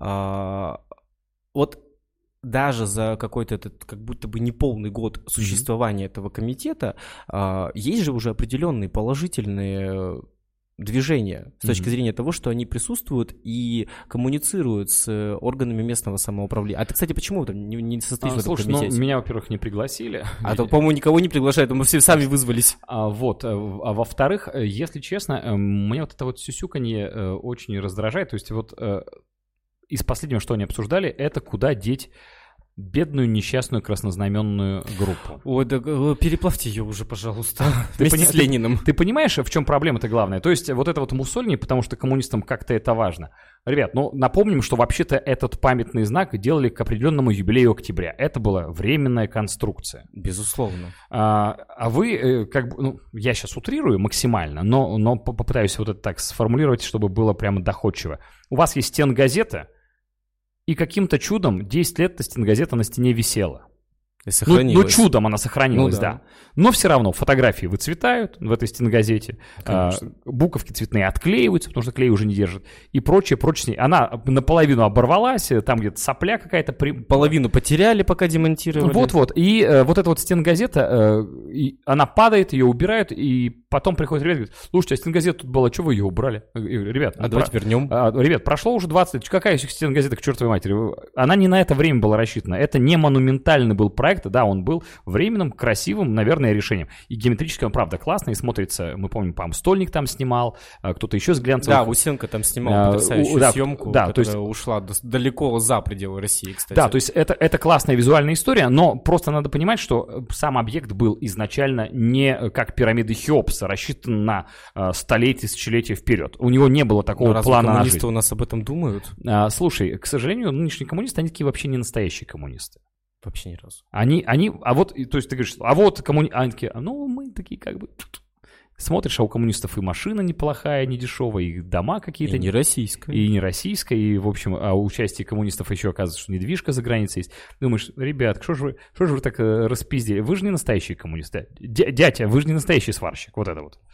Вот даже за какой-то этот, как будто бы неполный год существования этого комитета, есть же уже определенные положительные движения с точки зрения того, что они присутствуют и коммуницируют с органами местного самоуправления. А ты, кстати, почему там не состоишь в этом комитете? Ну, меня, во-первых, не пригласили. А то, по-моему, никого не приглашают, мы все сами вызвались. А во-вторых, если честно, мне вот это вот сюсюканье очень раздражает. То есть вот из последнего, что они обсуждали, это куда деть бедную несчастную краснознаменную группу. Ой, да переплавьте ее уже, пожалуйста, вместе с Лениным. Ты понимаешь, в чем проблема-то главная? То есть вот это вот мусольни, потому что коммунистам как-то это важно. Ребят, ну напомним, что вообще-то этот памятный знак делали к определенному юбилею октября. Это была временная конструкция. Безусловно. А вы, как бы, ну, я сейчас утрирую максимально, но попытаюсь вот это так сформулировать, чтобы было прямо доходчиво. У вас есть стенгазета, и каким-то чудом 10 лет стенгазета на стене висела. Ну, чудом она сохранилась, да. Но все равно фотографии выцветают в этой стенгазете, буковки цветные отклеиваются, потому что клей уже не держит, и прочее. Она наполовину оборвалась, там где-то сопля какая-то. Половину потеряли, пока демонтировали. Вот. И вот эта вот стенгазета, она падает, ее убирают, и потом приходит ребят и говорит: слушайте, а стенгазета тут была, что вы ее убрали? Ребят, давайте вернем. Ребят, прошло уже 20 лет, какая еще стенгазета к чертовой матери? Она не на это время была рассчитана, это не монументальный был проект. Да, он был временным, красивым, наверное, решением. И геометрически он, правда, классный, смотрится, мы помним, по-моему, Стольник там снимал, кто-то еще с глянцевых... Да, Усенко там снимал потрясающую съемку, которая ушла далеко за пределы России, кстати. Да, то есть это классная визуальная история, но просто надо понимать, что сам объект был изначально не как пирамида Хеопса, рассчитан на столетия, тысячелетия вперед. У него не было такого плана на жизнь. Коммунисты у нас об этом думают? Слушай, к сожалению, нынешние коммунисты, они такие вообще не настоящие коммунисты. Вообще ни разу. То есть ты говоришь, они такие, мы такие как бы... Смотришь, а у коммунистов и машина неплохая, не дешевая, и дома какие-то. И не российская. И не российская, и, в общем, а у части коммунистов еще оказывается, что недвижка за границей есть. Думаешь, ребят, что же вы так распиздили? Вы же не настоящие коммунисты. Дядя, вы же не настоящий сварщик. Вот это вот.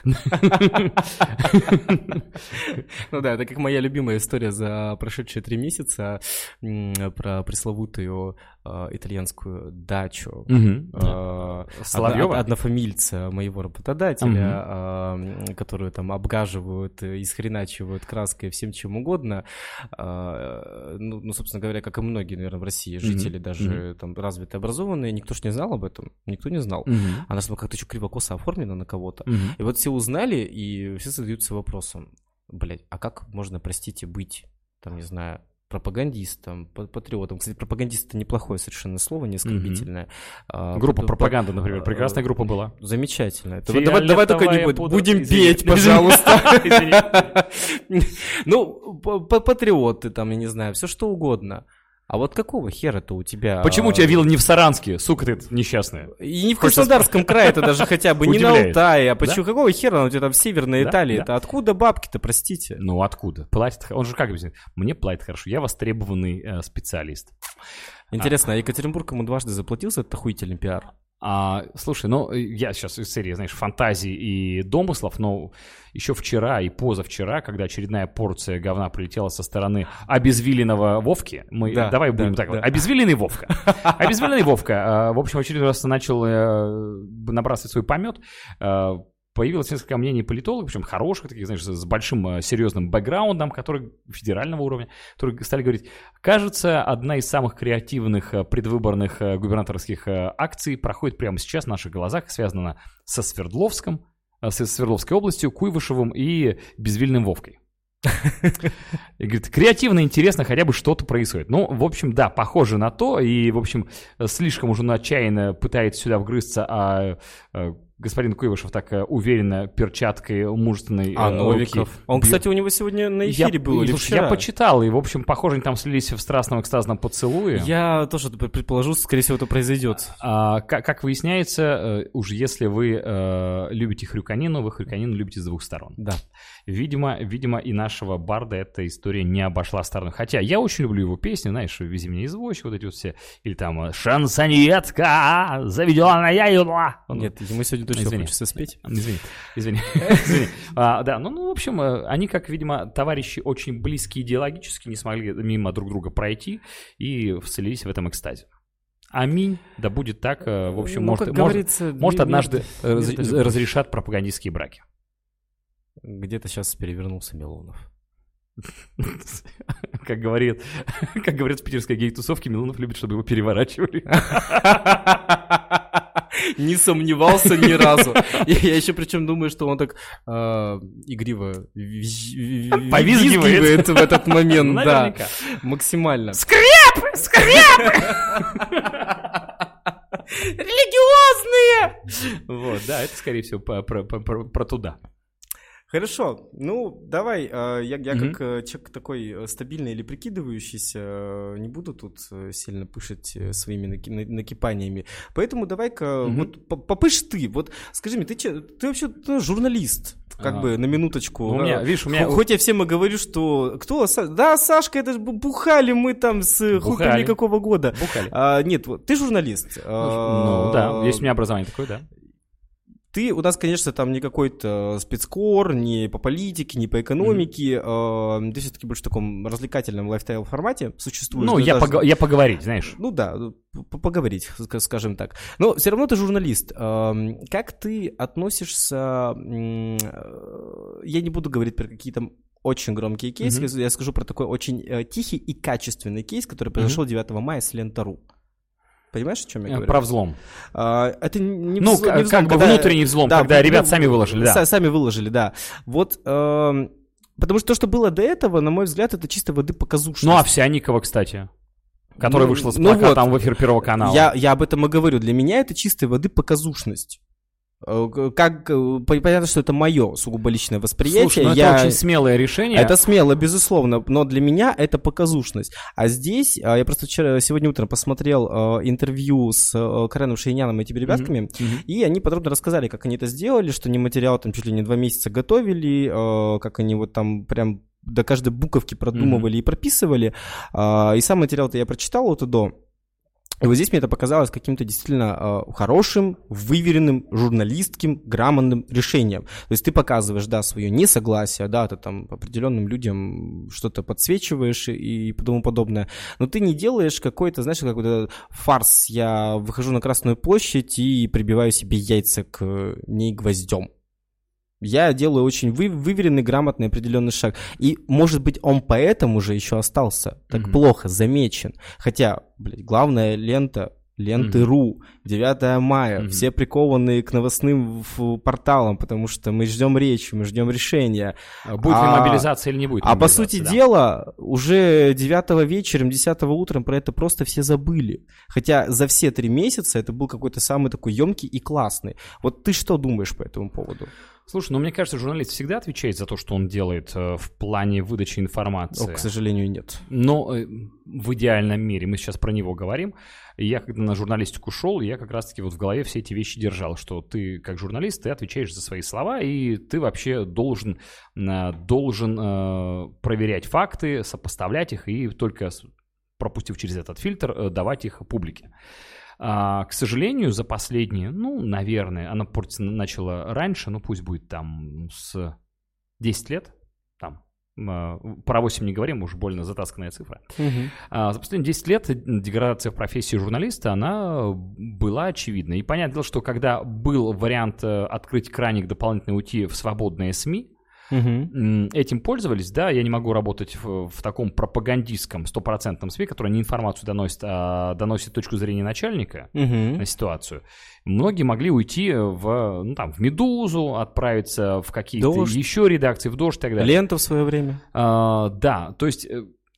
Ну да, это как моя любимая история за прошедшие 3 месяца про пресловутую итальянскую дачу Соловьева, однофамильца моего работодателя, которую там обгаживают, исхреначивают краской всем чем угодно. Ну, собственно говоря, как и многие, наверное, в России жители, даже там развитые, образованные, никто ж не знал об этом, никто не знал. Она как-то еще криво-косо оформлена на кого-то. И вот все узнали, и все задаются вопросом: блять, а как можно, простите, быть, там, не знаю, пропагандистом, патриотом. Кстати, пропагандист — это неплохое совершенно слово, не оскорбительное. Группа пропаганды, например, прекрасная группа была. Замечательно. Давай только не будем петь, пожалуйста. Ну, патриоты там, я не знаю, все что угодно. А вот какого хера-то у тебя... Почему у тебя вилла не в Саранске, сука ты несчастная? И не в Краснодарском крае, это даже хотя бы не на Алтае. А почему, какого хера у тебя там в Северной Италии? Это откуда бабки-то, простите? Ну, откуда? Платит, он же как объяснит? Мне платит хорошо, я востребованный специалист. Интересно, а Екатеринбург ему дважды заплатил за этот охуительный пиар? Слушай, я сейчас из серии, знаешь, фантазий и домыслов, но еще вчера и позавчера, когда очередная порция говна прилетела со стороны обезвиленного Вовки, обезвиленный Вовка. Обезвиленный Вовка, в общем, в очередной раз начал набрасывать свой помет. Появилось несколько мнений политологов, причем хороших, таких, знаешь, с большим серьезным бэкграундом, которые федерального уровня, которые стали говорить: кажется, одна из самых креативных предвыборных губернаторских акций проходит прямо сейчас в наших глазах, связана она со Свердловской областью, Куйвышевым и безвильным Вовкой. И говорит, креативно, интересно, хотя бы что-то происходит. Ну, в общем, да, похоже на то, и, в общем, слишком уже отчаянно пытается сюда вгрызться, господин Куйвашев так уверенно перчаткой мужественной Новиков. Он, кстати, у него сегодня на эфире был или вчера? Я почитал, и, в общем, похоже, они там слились в страстном экстазном поцелуе. Я тоже предположу, скорее всего, это произойдет. Как выясняется, уж если вы любите хрюканину, вы хрюканину любите с двух сторон. Да. Видимо, и нашего барда эта история не обошла стороной. Хотя я очень люблю его песни, знаешь, «Вези меня извозчик», вот эти вот все. Или там «Шансонетка, заведенная юла». Нет, ему сегодня точно хочется спеть. Извини. Да, в общем, они, как, видимо, товарищи очень близкие идеологически, не смогли мимо друг друга пройти и вцелились в этом экстазе. Аминь, да будет так. В общем, может однажды разрешат пропагандистские браки. Где-то сейчас перевернулся Милонов. Как говорят в питерской гей-тусовке, Милонов любит, чтобы его переворачивали. Не сомневался ни разу. Я еще причем думаю, что он так игриво повизгивает в этот момент. Да, максимально. Скреп! Религиозные! Вот, да, это, скорее всего, про туда. Хорошо, давай, я как человек такой стабильный или прикидывающийся, не буду тут сильно пышать своими накипаниями, поэтому давай-ка, вот попышь ты, вот скажи мне, ты вообще журналист, как бы на минуточку. У меня... Хоть я всем и говорю, что... Кто? Да, Сашка, это же бухали мы там с хуй какого года. Бухали. Нет, вот ты журналист. Да, есть у меня образование такое, да. Ты у нас, конечно, там не какой-то спецкор, не по политике, не по экономике. Ты все-таки больше в таком развлекательном лайфстайл-формате существуешь. Я поговорить, знаешь. Поговорить, скажем так. Но все равно ты журналист. Как ты относишься... Я не буду говорить про какие-то очень громкие кейсы. Я скажу про такой очень тихий и качественный кейс, который произошел 9 мая с Лента.ру. Понимаешь, о чем я говорю? Про взлом. Это не взлом. Не взлом, внутренний взлом, да, когда ребят сами выложили, да. Сами выложили, да. Вот, потому что то, что было до этого, на мой взгляд, это чисто воды показушность. Овсянникова, кстати, которая вышла с плакатом в эфир Первого канала. Я об этом и говорю. Для меня это чистой воды показушность. Понятно, что это мое сугубо личное восприятие. Слушай, это очень смелое решение. Это смело, безусловно, но для меня это показушность. А здесь, я просто сегодня утром посмотрел интервью с Кареном Шейняном и этими ребятками, и они подробно рассказали, как они это сделали, что они материал там чуть ли не 2 месяца готовили, как они вот там прям до каждой буковки продумывали и прописывали. И сам материал-то я прочитал от и до. И вот здесь мне это показалось каким-то действительно хорошим, выверенным, журналистским, грамотным решением. То есть ты показываешь, да, свое несогласие, да, ты там определенным людям что-то подсвечиваешь и тому подобное, но ты не делаешь какой-то, знаешь, какой-то фарс. Я выхожу на Красную площадь и прибиваю себе яйца к ней гвоздем. Я делаю очень выверенный, грамотный, определенный шаг. И, может быть, он поэтому же еще остался так плохо замечен. Хотя, главная лента, Ленты.ру, 9 мая, все прикованные к новостным порталам, потому что мы ждем речи, мы ждем решения. Будет ли мобилизация или не будет? А по сути дела, уже 9 вечером, 10 утром про это просто все забыли. Хотя за все 3 месяца это был какой-то самый такой емкий и классный. Вот ты что думаешь по этому поводу? Слушай, мне кажется, журналист всегда отвечает за то, что он делает в плане выдачи информации. К сожалению, нет. Но в идеальном мире, мы сейчас про него говорим, я когда на журналистику шел, я как раз-таки вот в голове все эти вещи держал, что ты как журналист, ты отвечаешь за свои слова, и ты вообще должен проверять факты, сопоставлять их и только пропустив через этот фильтр, давать их публике. К сожалению, за последние, наверное, она портиться начала раньше, пусть будет там с 10 лет, там, про 8 не говорим, уж больно затасканная цифра. За последние 10 лет деградация в профессии журналиста, она была очевидна. И понятное дело, что когда был вариант открыть краник дополнительно уйти в свободные СМИ, этим пользовались, да, я не могу работать в таком пропагандистском 100% СМИ, который не информацию доносит, а доносит точку зрения начальника на ситуацию. Многие могли уйти в «Медузу», отправиться в какие-то еще редакции, в «Дождь» и так далее. «Лента» в свое время. Да, то есть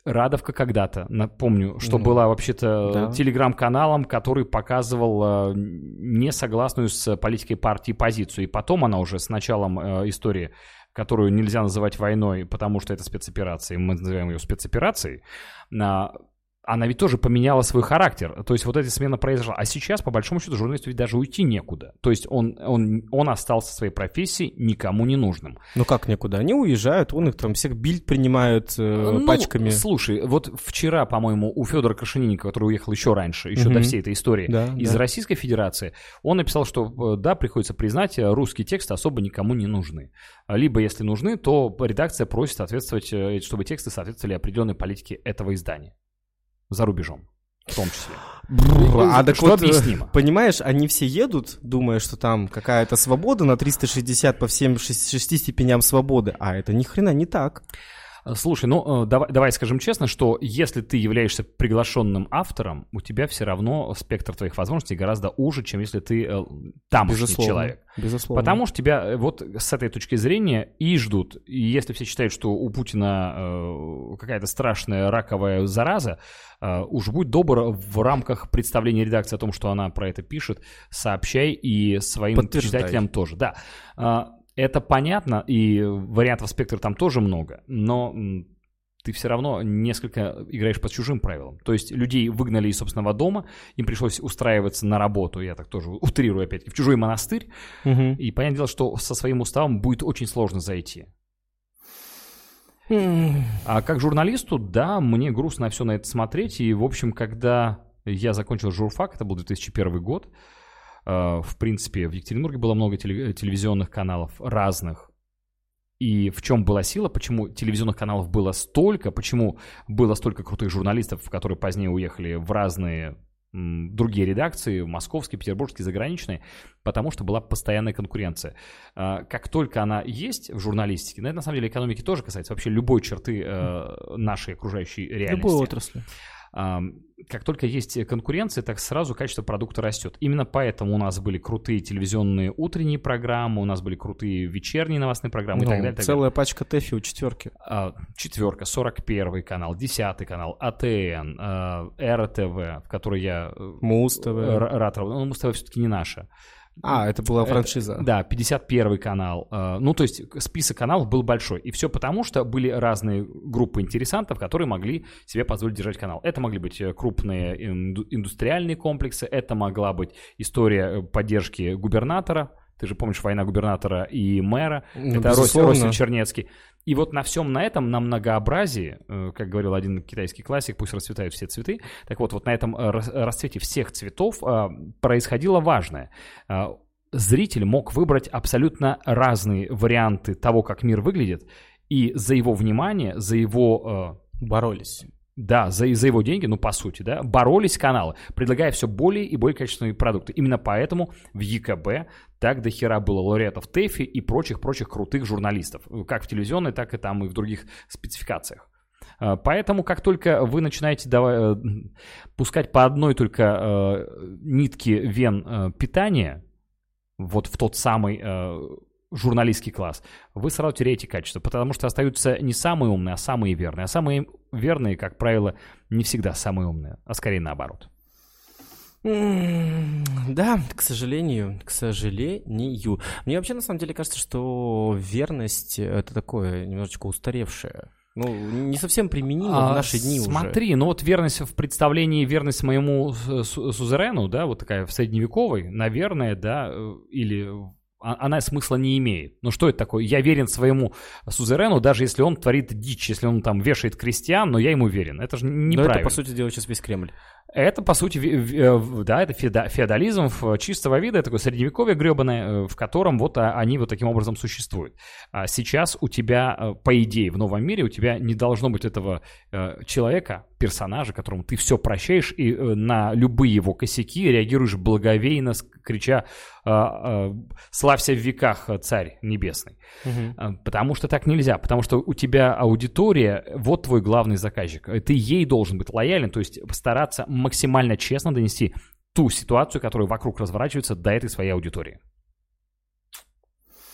Радовка когда-то, напомню, что была вообще-то телеграм-каналом, который показывал несогласную с политикой партии позицию. И потом она уже с началом истории, которую нельзя называть войной, потому что это спецоперация, мы называем ее спецоперацией, она ведь тоже поменяла свой характер. То есть вот эта смена произошла. А сейчас, по большому счету, журналисту ведь даже уйти некуда. То есть он остался в своей профессии никому не нужным. Ну как некуда? Они уезжают, он их там всех бильд принимают пачками. Слушай, вот вчера, по-моему, у Федора Крашенинникова, который уехал еще раньше, еще до всей этой истории, из Российской Федерации, он написал, что да, приходится признать, русские тексты особо никому не нужны. Либо, если нужны, то редакция просит соответствовать, чтобы тексты соответствовали определенной политике этого издания. За рубежом, в том числе. Так вот, объяснимо. Понимаешь, они все едут, думая, что там какая-то свобода на 360 по всем 6 степеням свободы, а это ни хрена не так. Слушай, ну давай скажем честно, что если ты являешься приглашенным автором, у тебя все равно спектр твоих возможностей гораздо уже, чем если ты тамошний человек. Безусловно. Потому что тебя вот с этой точки зрения и ждут. И если все считают, что у Путина какая-то страшная раковая зараза, уж будь добр, в рамках представления редакции о том, что она про это пишет, сообщай и своим читателям тоже. Да. Это понятно, и вариантов спектра там тоже много, но ты все равно несколько играешь по чужим правилам. То есть людей выгнали из собственного дома, им пришлось устраиваться на работу, я так тоже утрирую опять, в чужой монастырь, и понятное дело, что со своим уставом будет очень сложно зайти. А как журналисту, да, мне грустно все на это смотреть, и, в общем, когда я закончил журфак, это был 2001 год, в принципе, в Екатеринбурге было много телевизионных каналов разных. И в чем была сила, почему телевизионных каналов было столько, почему было столько крутых журналистов, которые позднее уехали в разные другие редакции, московские, петербургские, заграничные, потому что была постоянная конкуренция. Как только она есть в журналистике, это на самом деле экономики тоже касается, вообще любой черты нашей окружающей реальности. Любой отрасли. Как только есть конкуренция, так сразу качество продукта растет. Именно поэтому у нас были крутые телевизионные утренние программы, у нас были крутые вечерние новостные программы и так далее. Целая пачка ТЭФИ у четверки. Четверка, 41 канал, 10 канал, АТН, РТВ, в которой я Муз-ТВ. рад работать. Но Муз-ТВ все-таки не наша. Это была франшиза. Да, 51 канал. Ну, то есть список каналов был большой. И все потому, что были разные группы интересантов, которые могли себе позволить держать канал. Это могли быть крупные индустриальные комплексы, это могла быть история поддержки губернатора. Ты же помнишь, война губернатора и мэра. Это Ростин Чернецкий. И вот на всем на этом, на многообразии, как говорил один китайский классик, пусть расцветают все цветы, так вот на этом расцвете всех цветов происходило важное. Зритель мог выбрать абсолютно разные варианты того, как мир выглядит, и за его внимание, за его... боролись. Да, за его деньги, по сути, да, боролись каналы, предлагая все более и более качественные продукты. Именно поэтому в ЕКБ так дохера было лауреатов ТЭФИ и прочих крутых журналистов, как в телевизионной, так и там и в других спецификациях. Поэтому, как только вы начинаете пускать по одной только нитке вен питания, вот в тот самый... журналистский класс, вы сразу теряете качество, потому что остаются не самые умные, а самые верные. А самые верные, как правило, не всегда самые умные, а скорее наоборот. Да, к сожалению. Мне вообще на самом деле кажется, что верность — это такое немножечко устаревшее. Не совсем применимо в наши дни уже. Смотри, верность в представлении, верность моему сузерену, да, вот такая в средневековой, наверное, да, или... она смысла не имеет. Что это такое? Я верен своему сузерену, даже если он творит дичь, если он там вешает крестьян, но я ему верен. Это же неправильно. Это, по сути дела, сейчас весь Кремль. Это, по сути, да, это феодализм чистого вида, такое средневековье гребаное, в котором они таким образом существуют. А сейчас у тебя, по идее, в новом мире у тебя не должно быть этого человека, персонажа, которому ты все прощаешь и на любые его косяки реагируешь благоговейно, крича «Славься в веках, царь небесный». Потому что так нельзя, потому что у тебя аудитория, вот твой главный заказчик. Ты ей должен быть лоялен, то есть стараться максимально честно донести ту ситуацию, которая вокруг разворачивается, до этой своей аудитории.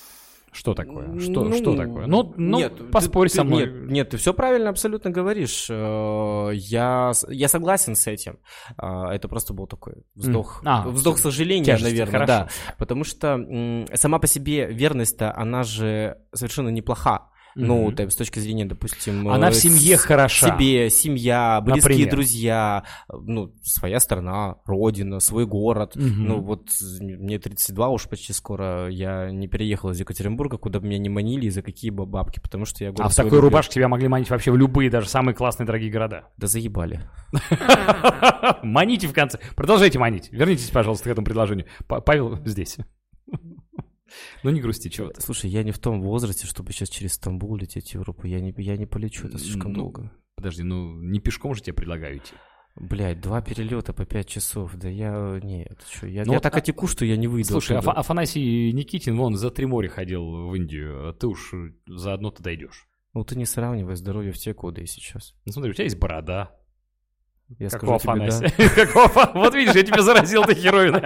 Что такое? Что такое? Ну, нет, поспорь со мной. Нет, ты все правильно абсолютно говоришь. Я согласен с этим. Это просто был такой вздох сожаления, тяжести, наверное. Хорошо. Да. Потому что сама по себе верность-то, она же совершенно неплоха. Ну, с точки зрения, допустим... Она в семье хороша. Себе, семья, близкие друзья, своя страна, родина, свой город. Вот мне 32 уж почти скоро, я не переехал из Екатеринбурга, куда бы меня не манили и за какие бы бабки, потому что я... А в такой рубашке тебя могли манить вообще в любые, даже самые классные, дорогие города. Да заебали. Маните в конце. Продолжайте манить. Вернитесь, пожалуйста, к этому предложению. Павел здесь. Ну не грусти, чего ты. Слушай, я не в том возрасте, чтобы сейчас через Стамбул лететь в Европу. Я не полечу, это слишком долго. Подожди, не пешком же тебе предлагаю идти. Блядь, 2 перелета по 5 часов. Да я так отеку, что я не выйду. Слушай, Афанасий Никитин вон за 3 моря ходил в Индию, а ты уж заодно-то дойдешь. Ну ты не сравнивай здоровье в те годы и сейчас. Ну смотри, у тебя есть борода. Я скажу тебе, да. Вот видишь, я тебя заразил, ты херовиной.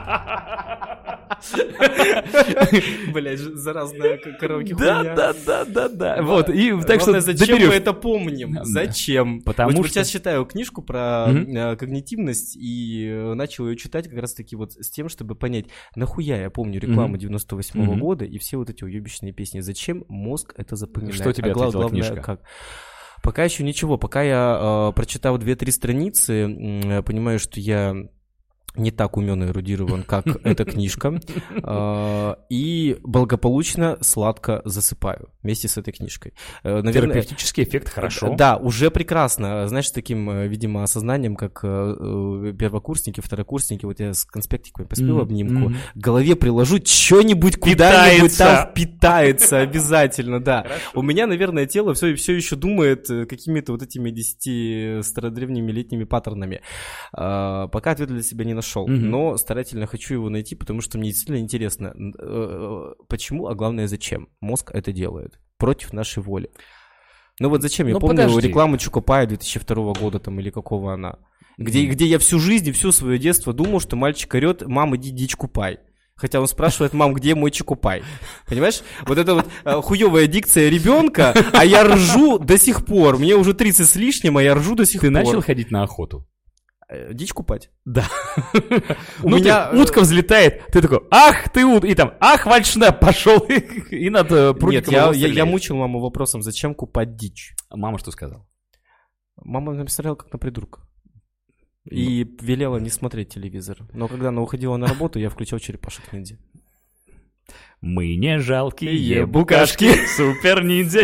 Блять, заразная караоке хуйня. Да. Вот, и так что зачем мы это помним? Зачем? Потому что... Сейчас читаю книжку про когнитивность и начал ее читать как раз-таки вот с тем, чтобы понять, нахуя я помню рекламу 98-го года и все вот эти уебищные песни. Зачем мозг это запоминает? Что тебе ответила книжка? Как? Пока еще ничего. Пока я прочитал 2-3 страницы, понимаю, что я не так умен и эрудирован, как эта книжка, и благополучно сладко засыпаю вместе с этой книжкой. Терапевтический эффект, хорошо. Да, уже прекрасно. Знаешь, с таким, видимо, осознанием, как первокурсники, второкурсники, вот я с конспектиками поспел обнимку, к голове приложу что-нибудь куда-нибудь, там впитается обязательно, да. У меня, наверное, тело все еще думает какими-то вот этими 10 стародревними летними паттернами. Пока ответа для себя не нашел, но старательно хочу его найти, потому что мне действительно интересно, почему, а главное, зачем мозг это делает против нашей воли. Ну вот зачем? Я помню рекламу Чокопая 2002 года там, или какого она, где я всю жизнь и все свое детство думал, что мальчик орет: «Мам, иди дичь купай». Хотя он спрашивает: «Мам, где мой чокопай?» Понимаешь? Вот это вот хуевая дикция ребенка, а я ржу до сих пор. Мне уже 30 с лишним, а я ржу до сих пор. Ты начал ходить на охоту? Дичь купать? Да. У меня утка взлетает, ты такой: «Ах, ты утка!» И там: «Ах, вальшнеп!» Пошел и над прудиком. Нет, я мучил маму вопросом: зачем купать дичь? Мама что сказала? Мама мне посмотрела как на придурка. И велела не смотреть телевизор. Но когда она уходила на работу, я включал «Черепашек-ниндзя». Мы не жалкие букашки, супер-ниндзя.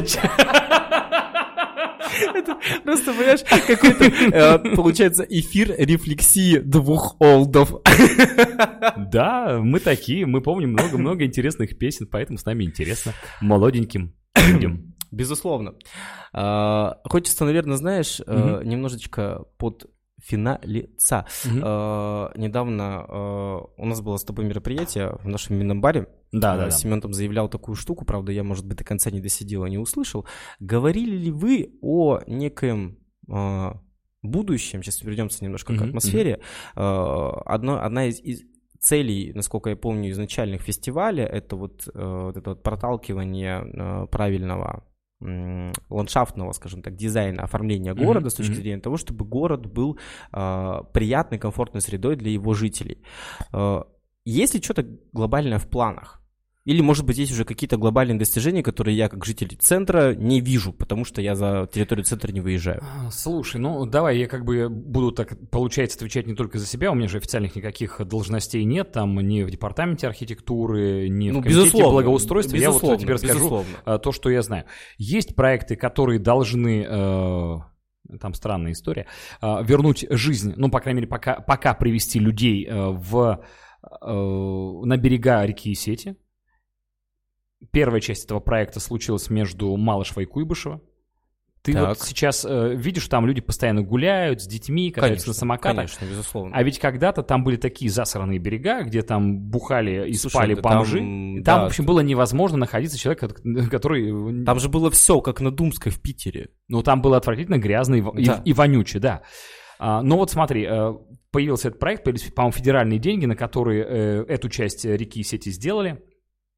Это просто, понимаешь, какой-то, получается, эфир рефлексии двух олдов. Да, мы такие, мы помним много-много интересных песен, поэтому с нами интересно молоденьким людям. Безусловно. Хочется, наверное, знаешь, немножечко подфиналиться. Недавно у нас было с тобой мероприятие в нашем минном баре. Да. Семен там заявлял такую штуку, правда, я, может быть, до конца не досидел и не услышал. Говорили ли вы о некоем будущем, сейчас вернемся немножко к атмосфере, одна из целей, насколько я помню, изначальных фестиваля, это вот это вот проталкивание правильного ландшафтного, скажем так, дизайна, оформления города с точки зрения того, чтобы город был приятной, комфортной средой для его жителей. Есть ли что-то глобальное в планах? Или, может быть, есть уже какие-то глобальные достижения, которые я, как житель центра, не вижу, потому что я за территорию центра не выезжаю? Слушай, давай я как бы буду, так получается, отвечать не только за себя. У меня же официальных никаких должностей нет, там ни в департаменте архитектуры, ни в комитете благоустройства. Я вот тебе расскажу то, что я знаю. Есть проекты, которые должны... Там странная история. Вернуть жизнь, по крайней мере, пока привести людей на берега реки Сети. Первая часть этого проекта случилась между Малышево и Куйбышево. Ты вот сейчас видишь, там люди постоянно гуляют с детьми, катаются на самокатах. Конечно, безусловно. А ведь когда-то там были такие засранные берега, где там бухали и спали бомжи. Там, в общем, было невозможно находиться человека, который... Там же было все, как на Думской в Питере. Там было отвратительно грязно и вонюче, да. Но вот смотри, появился этот проект, появились, по-моему, федеральные деньги, на которые эту часть реки Сети сделали.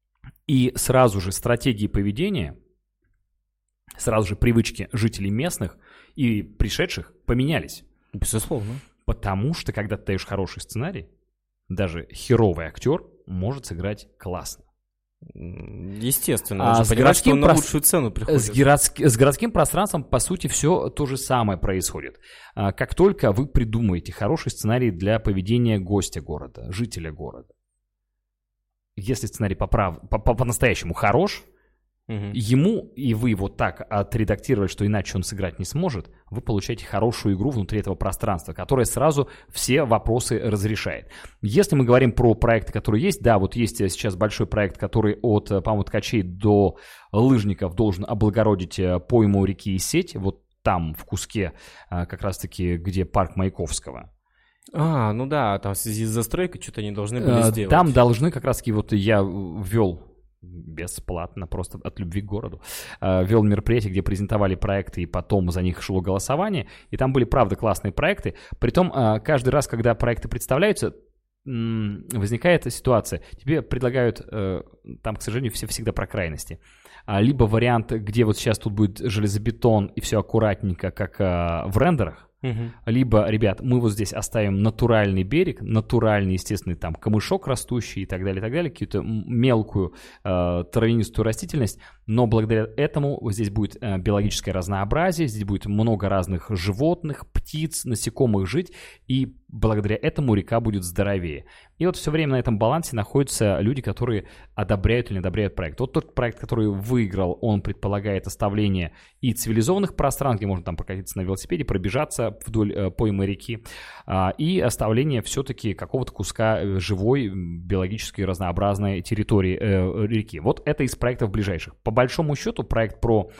И сразу же стратегии поведения, сразу же привычки жителей местных и пришедших поменялись. Безусловно. Потому что, когда ты даешь хороший сценарий, даже херовый актер может сыграть классно. Естественно, с городским на лучшую цену приходит. С городским пространством, по сути, все то же самое происходит. Как только вы придумаете хороший сценарий для поведения гостя города, жителя города, если сценарий по-настоящему хорош, ему, и вы его так отредактировали, что иначе он сыграть не сможет, вы получаете хорошую игру внутри этого пространства, которая сразу все вопросы разрешает. Если мы говорим про проекты, которые есть, да, вот есть сейчас большой проект, который от, по-моему, Ткачей до Лыжников должен облагородить пойму реки и сеть, вот там, в куске, как раз-таки, где парк Маяковского. Ну да, там в связи с застройкой что-то они должны были сделать. Там должны как раз-таки, вот я ввел бесплатно, просто от любви к городу, вел мероприятие, где презентовали проекты, и потом за них шло голосование, и там были, правда, классные проекты. Притом, каждый раз, когда проекты представляются, возникает ситуация, тебе предлагают, там, к сожалению, все всегда про крайности, либо вариант, где вот сейчас тут будет железобетон и все аккуратненько, как в рендерах, либо, ребят, мы вот здесь оставим натуральный берег, натуральный, естественный там камышок растущий и так далее, какую-то мелкую травянистую растительность, но благодаря этому здесь будет биологическое разнообразие, здесь будет много разных животных, птиц, насекомых жить, и благодаря этому река будет здоровее. И вот все время на этом балансе находятся люди, которые одобряют или не одобряют проект. Вот тот проект, который выиграл, он предполагает оставление и цивилизованных пространств, где можно там прокатиться на велосипеде, пробежаться вдоль поймы реки, и оставление все-таки какого-то куска живой, биологически разнообразной территории реки. Вот это из проектов ближайших. По большому счету проект про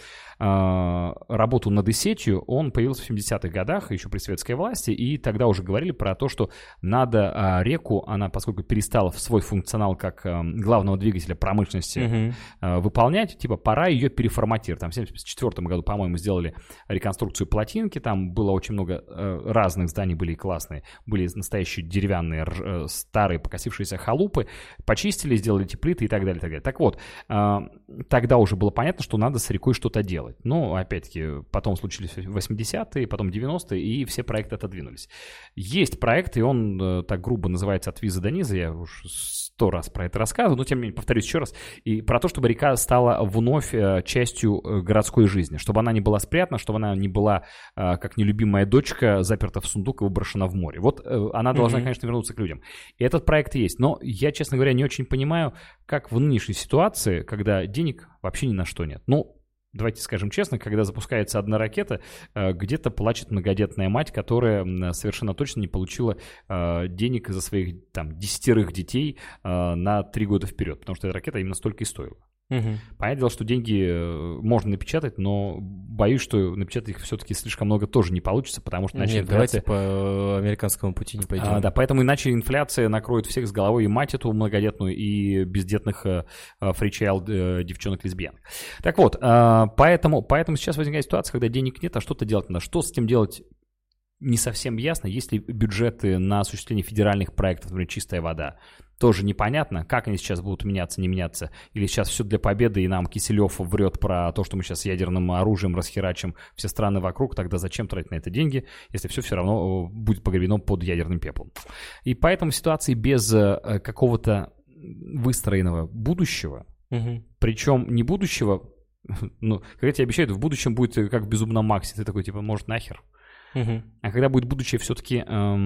работу над сетью, он появился в 70-х годах, еще при советской власти, и тогда уже говорили про то, что надо реку, она, поскольку перестала в свой функционал как главного двигателя промышленности выполнять, типа пора ее переформатировать. Там в 1974 году, по-моему, сделали реконструкцию плотинки, там было очень много разных зданий, были классные, были настоящие деревянные, старые, покосившиеся халупы, почистили, сделали эти плиты и так далее, так далее. Так вот, тогда уже было понятно, что надо с рекой что-то делать. Но, опять-таки, потом случились 80-е, потом 90-е, и все проекты отодвинулись. Есть проект, и он так грубо называется «От виза до низа», я уже 100 раз про это рассказывал, но тем не менее повторюсь еще раз, и про то, чтобы река стала вновь частью городской жизни, чтобы она не была спрятана, чтобы она не была, как нелюбимая дочка, заперта в сундук и выброшена в море. Вот она должна, конечно, вернуться к людям. И этот проект есть, но я, честно говоря, не очень понимаю, как в нынешней ситуации, когда денег вообще ни на что нет. Ну, давайте скажем честно, когда запускается одна ракета, где-то плачет многодетная мать, которая совершенно точно не получила денег за своих там 10 детей на 3 года вперед, потому что эта ракета именно столько и стоила. Понятное дело, что деньги можно напечатать, но боюсь, что напечатать их все-таки слишком много тоже не получится, потому что иначе инфляция... давайте по американскому пути не пойдем. Да, поэтому иначе инфляция накроет всех с головой, и мать эту многодетную, и бездетных фричайл девчонок-лесбиянок. Так вот, поэтому сейчас возникает ситуация, когда денег нет, а что-то делать надо. Что с этим делать? Не совсем ясно. Есть ли бюджеты на осуществление федеральных проектов, например, «Чистая вода», тоже непонятно, как они сейчас будут меняться, не меняться. Или сейчас все для победы, и нам Киселев врет про то, что мы сейчас ядерным оружием расхерачим все страны вокруг, тогда зачем тратить на это деньги, если все равно будет погребено под ядерным пеплом. И поэтому ситуации без какого-то выстроенного будущего, причем не будущего, ну, когда тебе обещают, в будущем будет как в «Безумном Максе», ты такой, типа, может, нахер? А когда будет будущее все-таки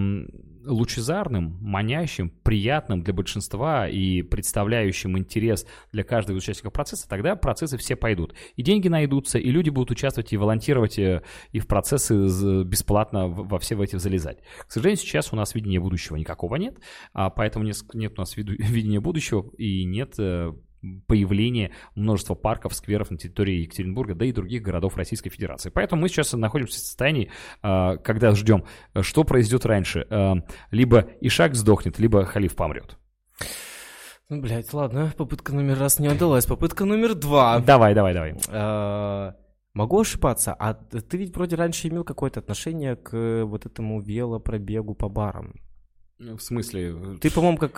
лучезарным, манящим, приятным для большинства и представляющим интерес для каждого из участников процесса, тогда процессы все пойдут. И деньги найдутся, и люди будут участвовать и волонтировать, и в процессы бесплатно во все в эти залезать. К сожалению, сейчас у нас видения будущего никакого нет, поэтому нет у нас видения будущего и нет появления множества парков, скверов на территории Екатеринбурга, да и других городов Российской Федерации. Поэтому мы сейчас находимся в состоянии, когда ждем, что произойдет раньше. Либо Ишак сдохнет, либо Халиф помрет. Ну, блядь, ладно, попытка номер раз не удалась. Попытка номер 2. Давай. Могу ошибаться, а ты ведь вроде раньше имел какое-то отношение к вот этому велопробегу по барам. В смысле? Ты, по-моему, как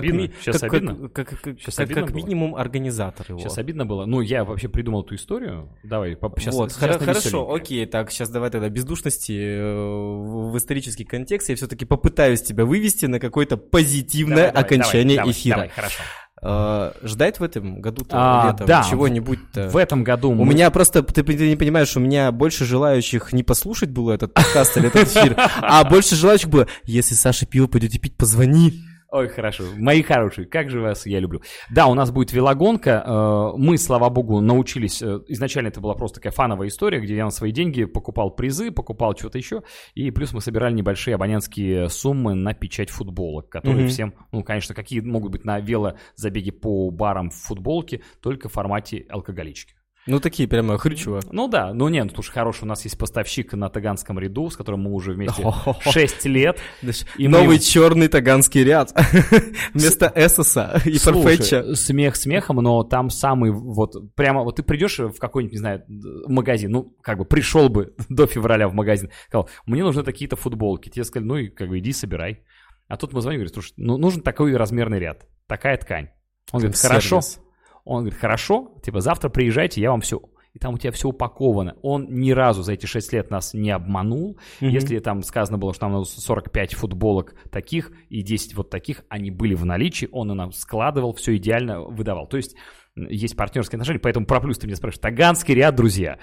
минимум организатор его. Сейчас обидно было. Ну, я вообще придумал эту историю. Давай, сейчас. Вот, хорошо, окей. Так, сейчас давай тогда без душности в исторический контекст. Я все-таки попытаюсь тебя вывести на какое-то позитивное окончание эфира. Давай, хорошо. Ждать в этом году-то летом чего-нибудь-то? В этом году у меня просто, ты не понимаешь, у меня больше желающих не послушать было этот подкаст или этот эфир, а больше желающих было, если Саша пиво пойдете пить, позвони. Ой, хорошо. Мои хорошие, как же вас я люблю. Да, у нас будет велогонка. Мы, слава богу, научились... Изначально это была просто такая фановая история, где я на свои деньги покупал призы, покупал что-то еще. И плюс мы собирали небольшие абонентские суммы на печать футболок, которые всем... Ну, конечно, какие могут быть на велозабеге по барам в футболке, только в формате алкоголички. Ну, такие прямо хрючево. Ну да, ну нет, тут уж хороший, у нас есть поставщик на Таганском ряду, с которым мы уже вместе 6 лет. И новый черный таганский ряд вместо Эссоса и Farfetch. Смех смехом, но там самый прямо ты придешь в какой-нибудь, не знаю, магазин, ну, как бы пришел бы до февраля в магазин, сказал, мне нужны такие-то футболки. Тебе сказали, ну, и как бы иди собирай. А тут мы звоним и говорим, слушай, ну, нужен такой размерный ряд, такая ткань. Он говорит, хорошо. Он говорит, хорошо, типа завтра приезжайте, я вам все... И там у тебя все упаковано. Он ни разу за эти 6 лет нас не обманул. Если там сказано было, что нам надо 45 футболок таких и 10 вот таких, они были в наличии, он нам складывал, все идеально выдавал. То есть есть партнерские отношения, поэтому про плюс ты меня спрашиваешь. Таганский ряд, друзья.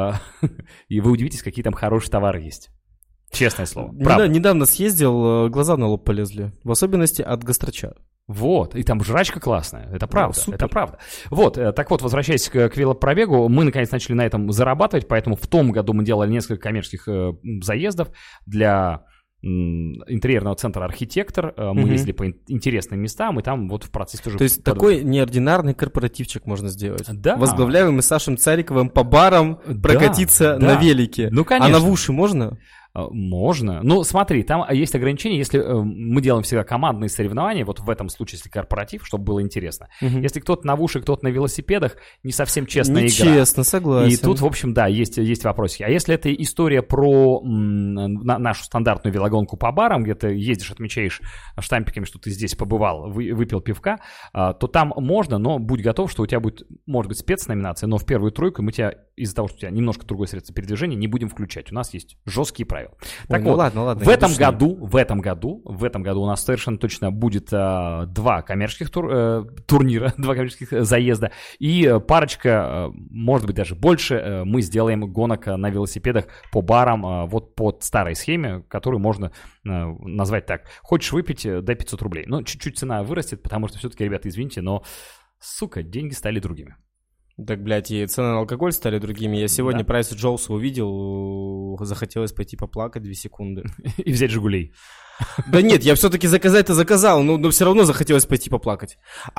И вы удивитесь, какие там хорошие товары есть. Честное слово. Недавно съездил, глаза на лоб полезли. В особенности от Гастрача. Вот, и там жрачка классная, это правда, это правда. Вот, так вот, возвращаясь к велопробегу, мы наконец начали на этом зарабатывать, поэтому в том году мы делали несколько коммерческих заездов для интерьерного центра «Архитектор». Мы ездили по интересным местам, и там вот в процессе тоже... То есть такой неординарный корпоративчик можно сделать. Да. Возглавляемый Сашей Цариковым по барам прокатиться на велике. Ну, конечно. А на ВУШи можно? Можно. Ну, смотри, там есть ограничения, если мы делаем всегда командные соревнования, вот в этом случае, если корпоратив, чтобы было интересно. Если кто-то на ВУШе, кто-то на велосипедах, не совсем честная игра. Нечестно, согласен. И тут, в общем, да, есть вопросики. А если это история про нашу стандартную велогонку по барам, где ты ездишь, отмечаешь штампиками, что ты здесь побывал, выпил пивка, то там можно, но будь готов, что у тебя будет, может быть, спецноминация, но в первую тройку мы тебя, из-за того, что у тебя немножко другое средство передвижения, не будем включать. У нас есть жесткие правила. Так вот, ладно, в этом году у нас совершенно точно будет 2 коммерческих турнира, 2 коммерческих заезда и парочка, может быть даже больше, мы сделаем гонок на велосипедах по барам вот по старой схеме, которую можно назвать так. Хочешь выпить, дай 500 рублей. Ну, чуть-чуть цена вырастет, потому что все-таки, ребята, извините, но, сука, деньги стали другими. Так, блядь, и цены на алкоголь стали другими. Я сегодня Прайса Джоуса увидел, захотелось пойти поплакать 2 секунды. И взять «Жигулей». Да нет, я все-таки заказать-то заказал, но все равно захотелось пойти поплакать.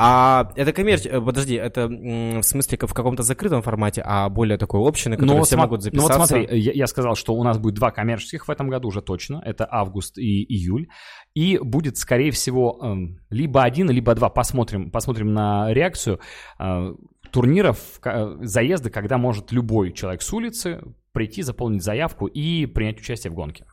А это подожди, это в смысле в каком-то закрытом формате, а более такой общий, на который все могут записаться? Ну вот смотри, я сказал, что у нас будет 2 коммерческих в этом году уже точно, это август и июль, и будет, скорее всего, либо 1, либо 2, посмотрим на реакцию, турниров, заезда, когда может любой человек с улицы прийти, заполнить заявку и принять участие в гонке.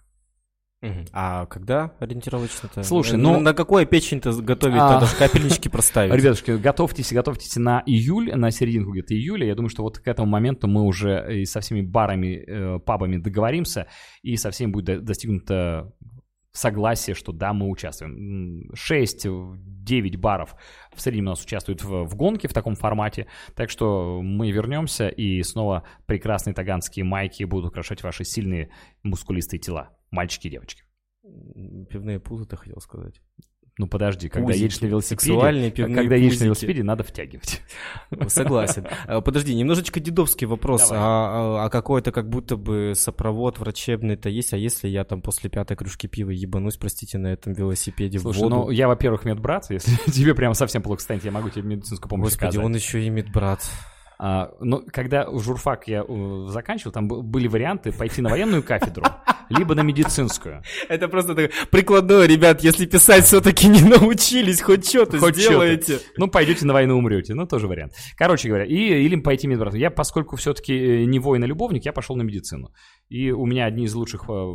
А когда ориентировочно-то? Слушай, на какое печень-то готовить? Надо же капельнички проставить. Ребятушки, готовьтесь на июль, на серединку где-то июля. Я думаю, что вот к этому моменту мы уже и со всеми барами, пабами договоримся, и со всеми будет достигнуто согласие, что да, мы участвуем. 6-9 баров в среднем у нас участвуют в гонке в таком формате, так что мы вернемся, и снова прекрасные таганские майки будут украшать ваши сильные мускулистые тела, мальчики и девочки. Пивные пузы, ты хотел сказать. Ну подожди, когда едешь на велосипеде, надо втягивать. Согласен. Подожди, немножечко дедовский вопрос. А какой-то как будто бы сопровод врачебный-то есть? А если я там после 5-й кружки пива ебанусь, простите, на этом велосипеде в воду? Слушай, ну я, во-первых, медбрат. Если тебе прям совсем плохо станет, я могу тебе медицинскую помощь оказать. Господи, он еще и медбрат. Но когда журфак я заканчивал, там были варианты пойти на военную кафедру, либо на медицинскую. Это просто такое прикладное, ребят, если писать все-таки не научились, хоть что-то сделаете. Ну, пойдете на войну, умрете, ну, тоже вариант. Короче говоря, или пойти медбрату. Я, поскольку все-таки не воин, а любовник, я пошел на медицину. И у меня одни из лучших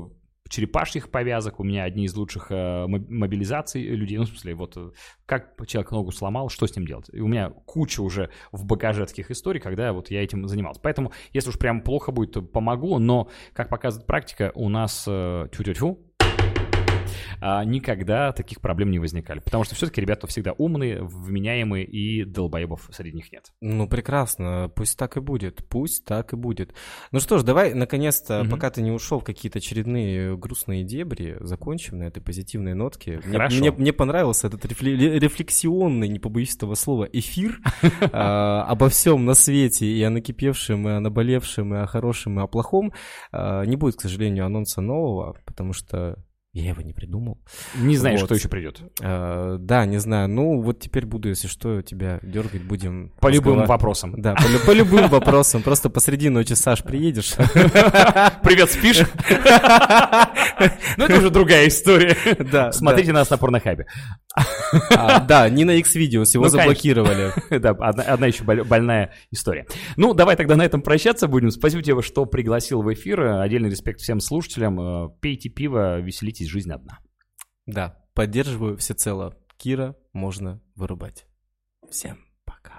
черепашьих повязок, у меня одни из лучших мобилизаций людей, ну, в смысле, вот как человек ногу сломал, что с ним делать? И у меня куча уже в багаже таких историй, когда вот я этим занимался. Поэтому, если уж прям плохо будет, то помогу, но, как показывает практика, у нас тьфу-тьфу-тьфу, никогда таких проблем не возникали. Потому что все-таки ребята всегда умные, вменяемые, и долбоебов среди них нет. Ну, прекрасно. Пусть так и будет. Пусть так и будет. Ну что ж, давай, наконец-то, пока ты не ушел в какие-то очередные грустные дебри, закончим на этой позитивной нотке. Хорошо. Мне понравился этот рефлексионный, не побоюсь этого слова, эфир обо всем на свете, и о накипевшем, и о наболевшем, и о хорошем, и о плохом. Не будет, к сожалению, анонса нового, потому что я его не придумал. Не знаю, вот. Что еще придет. Да, не знаю. Ну, вот теперь буду, если что, тебя дергать будем. По любым вопросам. Да, по любым вопросам. Просто посреди ночи, Саш, приедешь. Привет, спишь? Ну, это уже другая история. Да. Смотрите нас на Порнохабе. Да, не на X-Videos, его заблокировали. Да, одна еще больная история. Ну, давай тогда на этом прощаться будем. Спасибо тебе, что пригласил в эфир. Отдельный респект всем слушателям. Пейте пиво, веселитесь, жизнь одна. Да, поддерживаю всецело. Кира можно вырубать. Всем.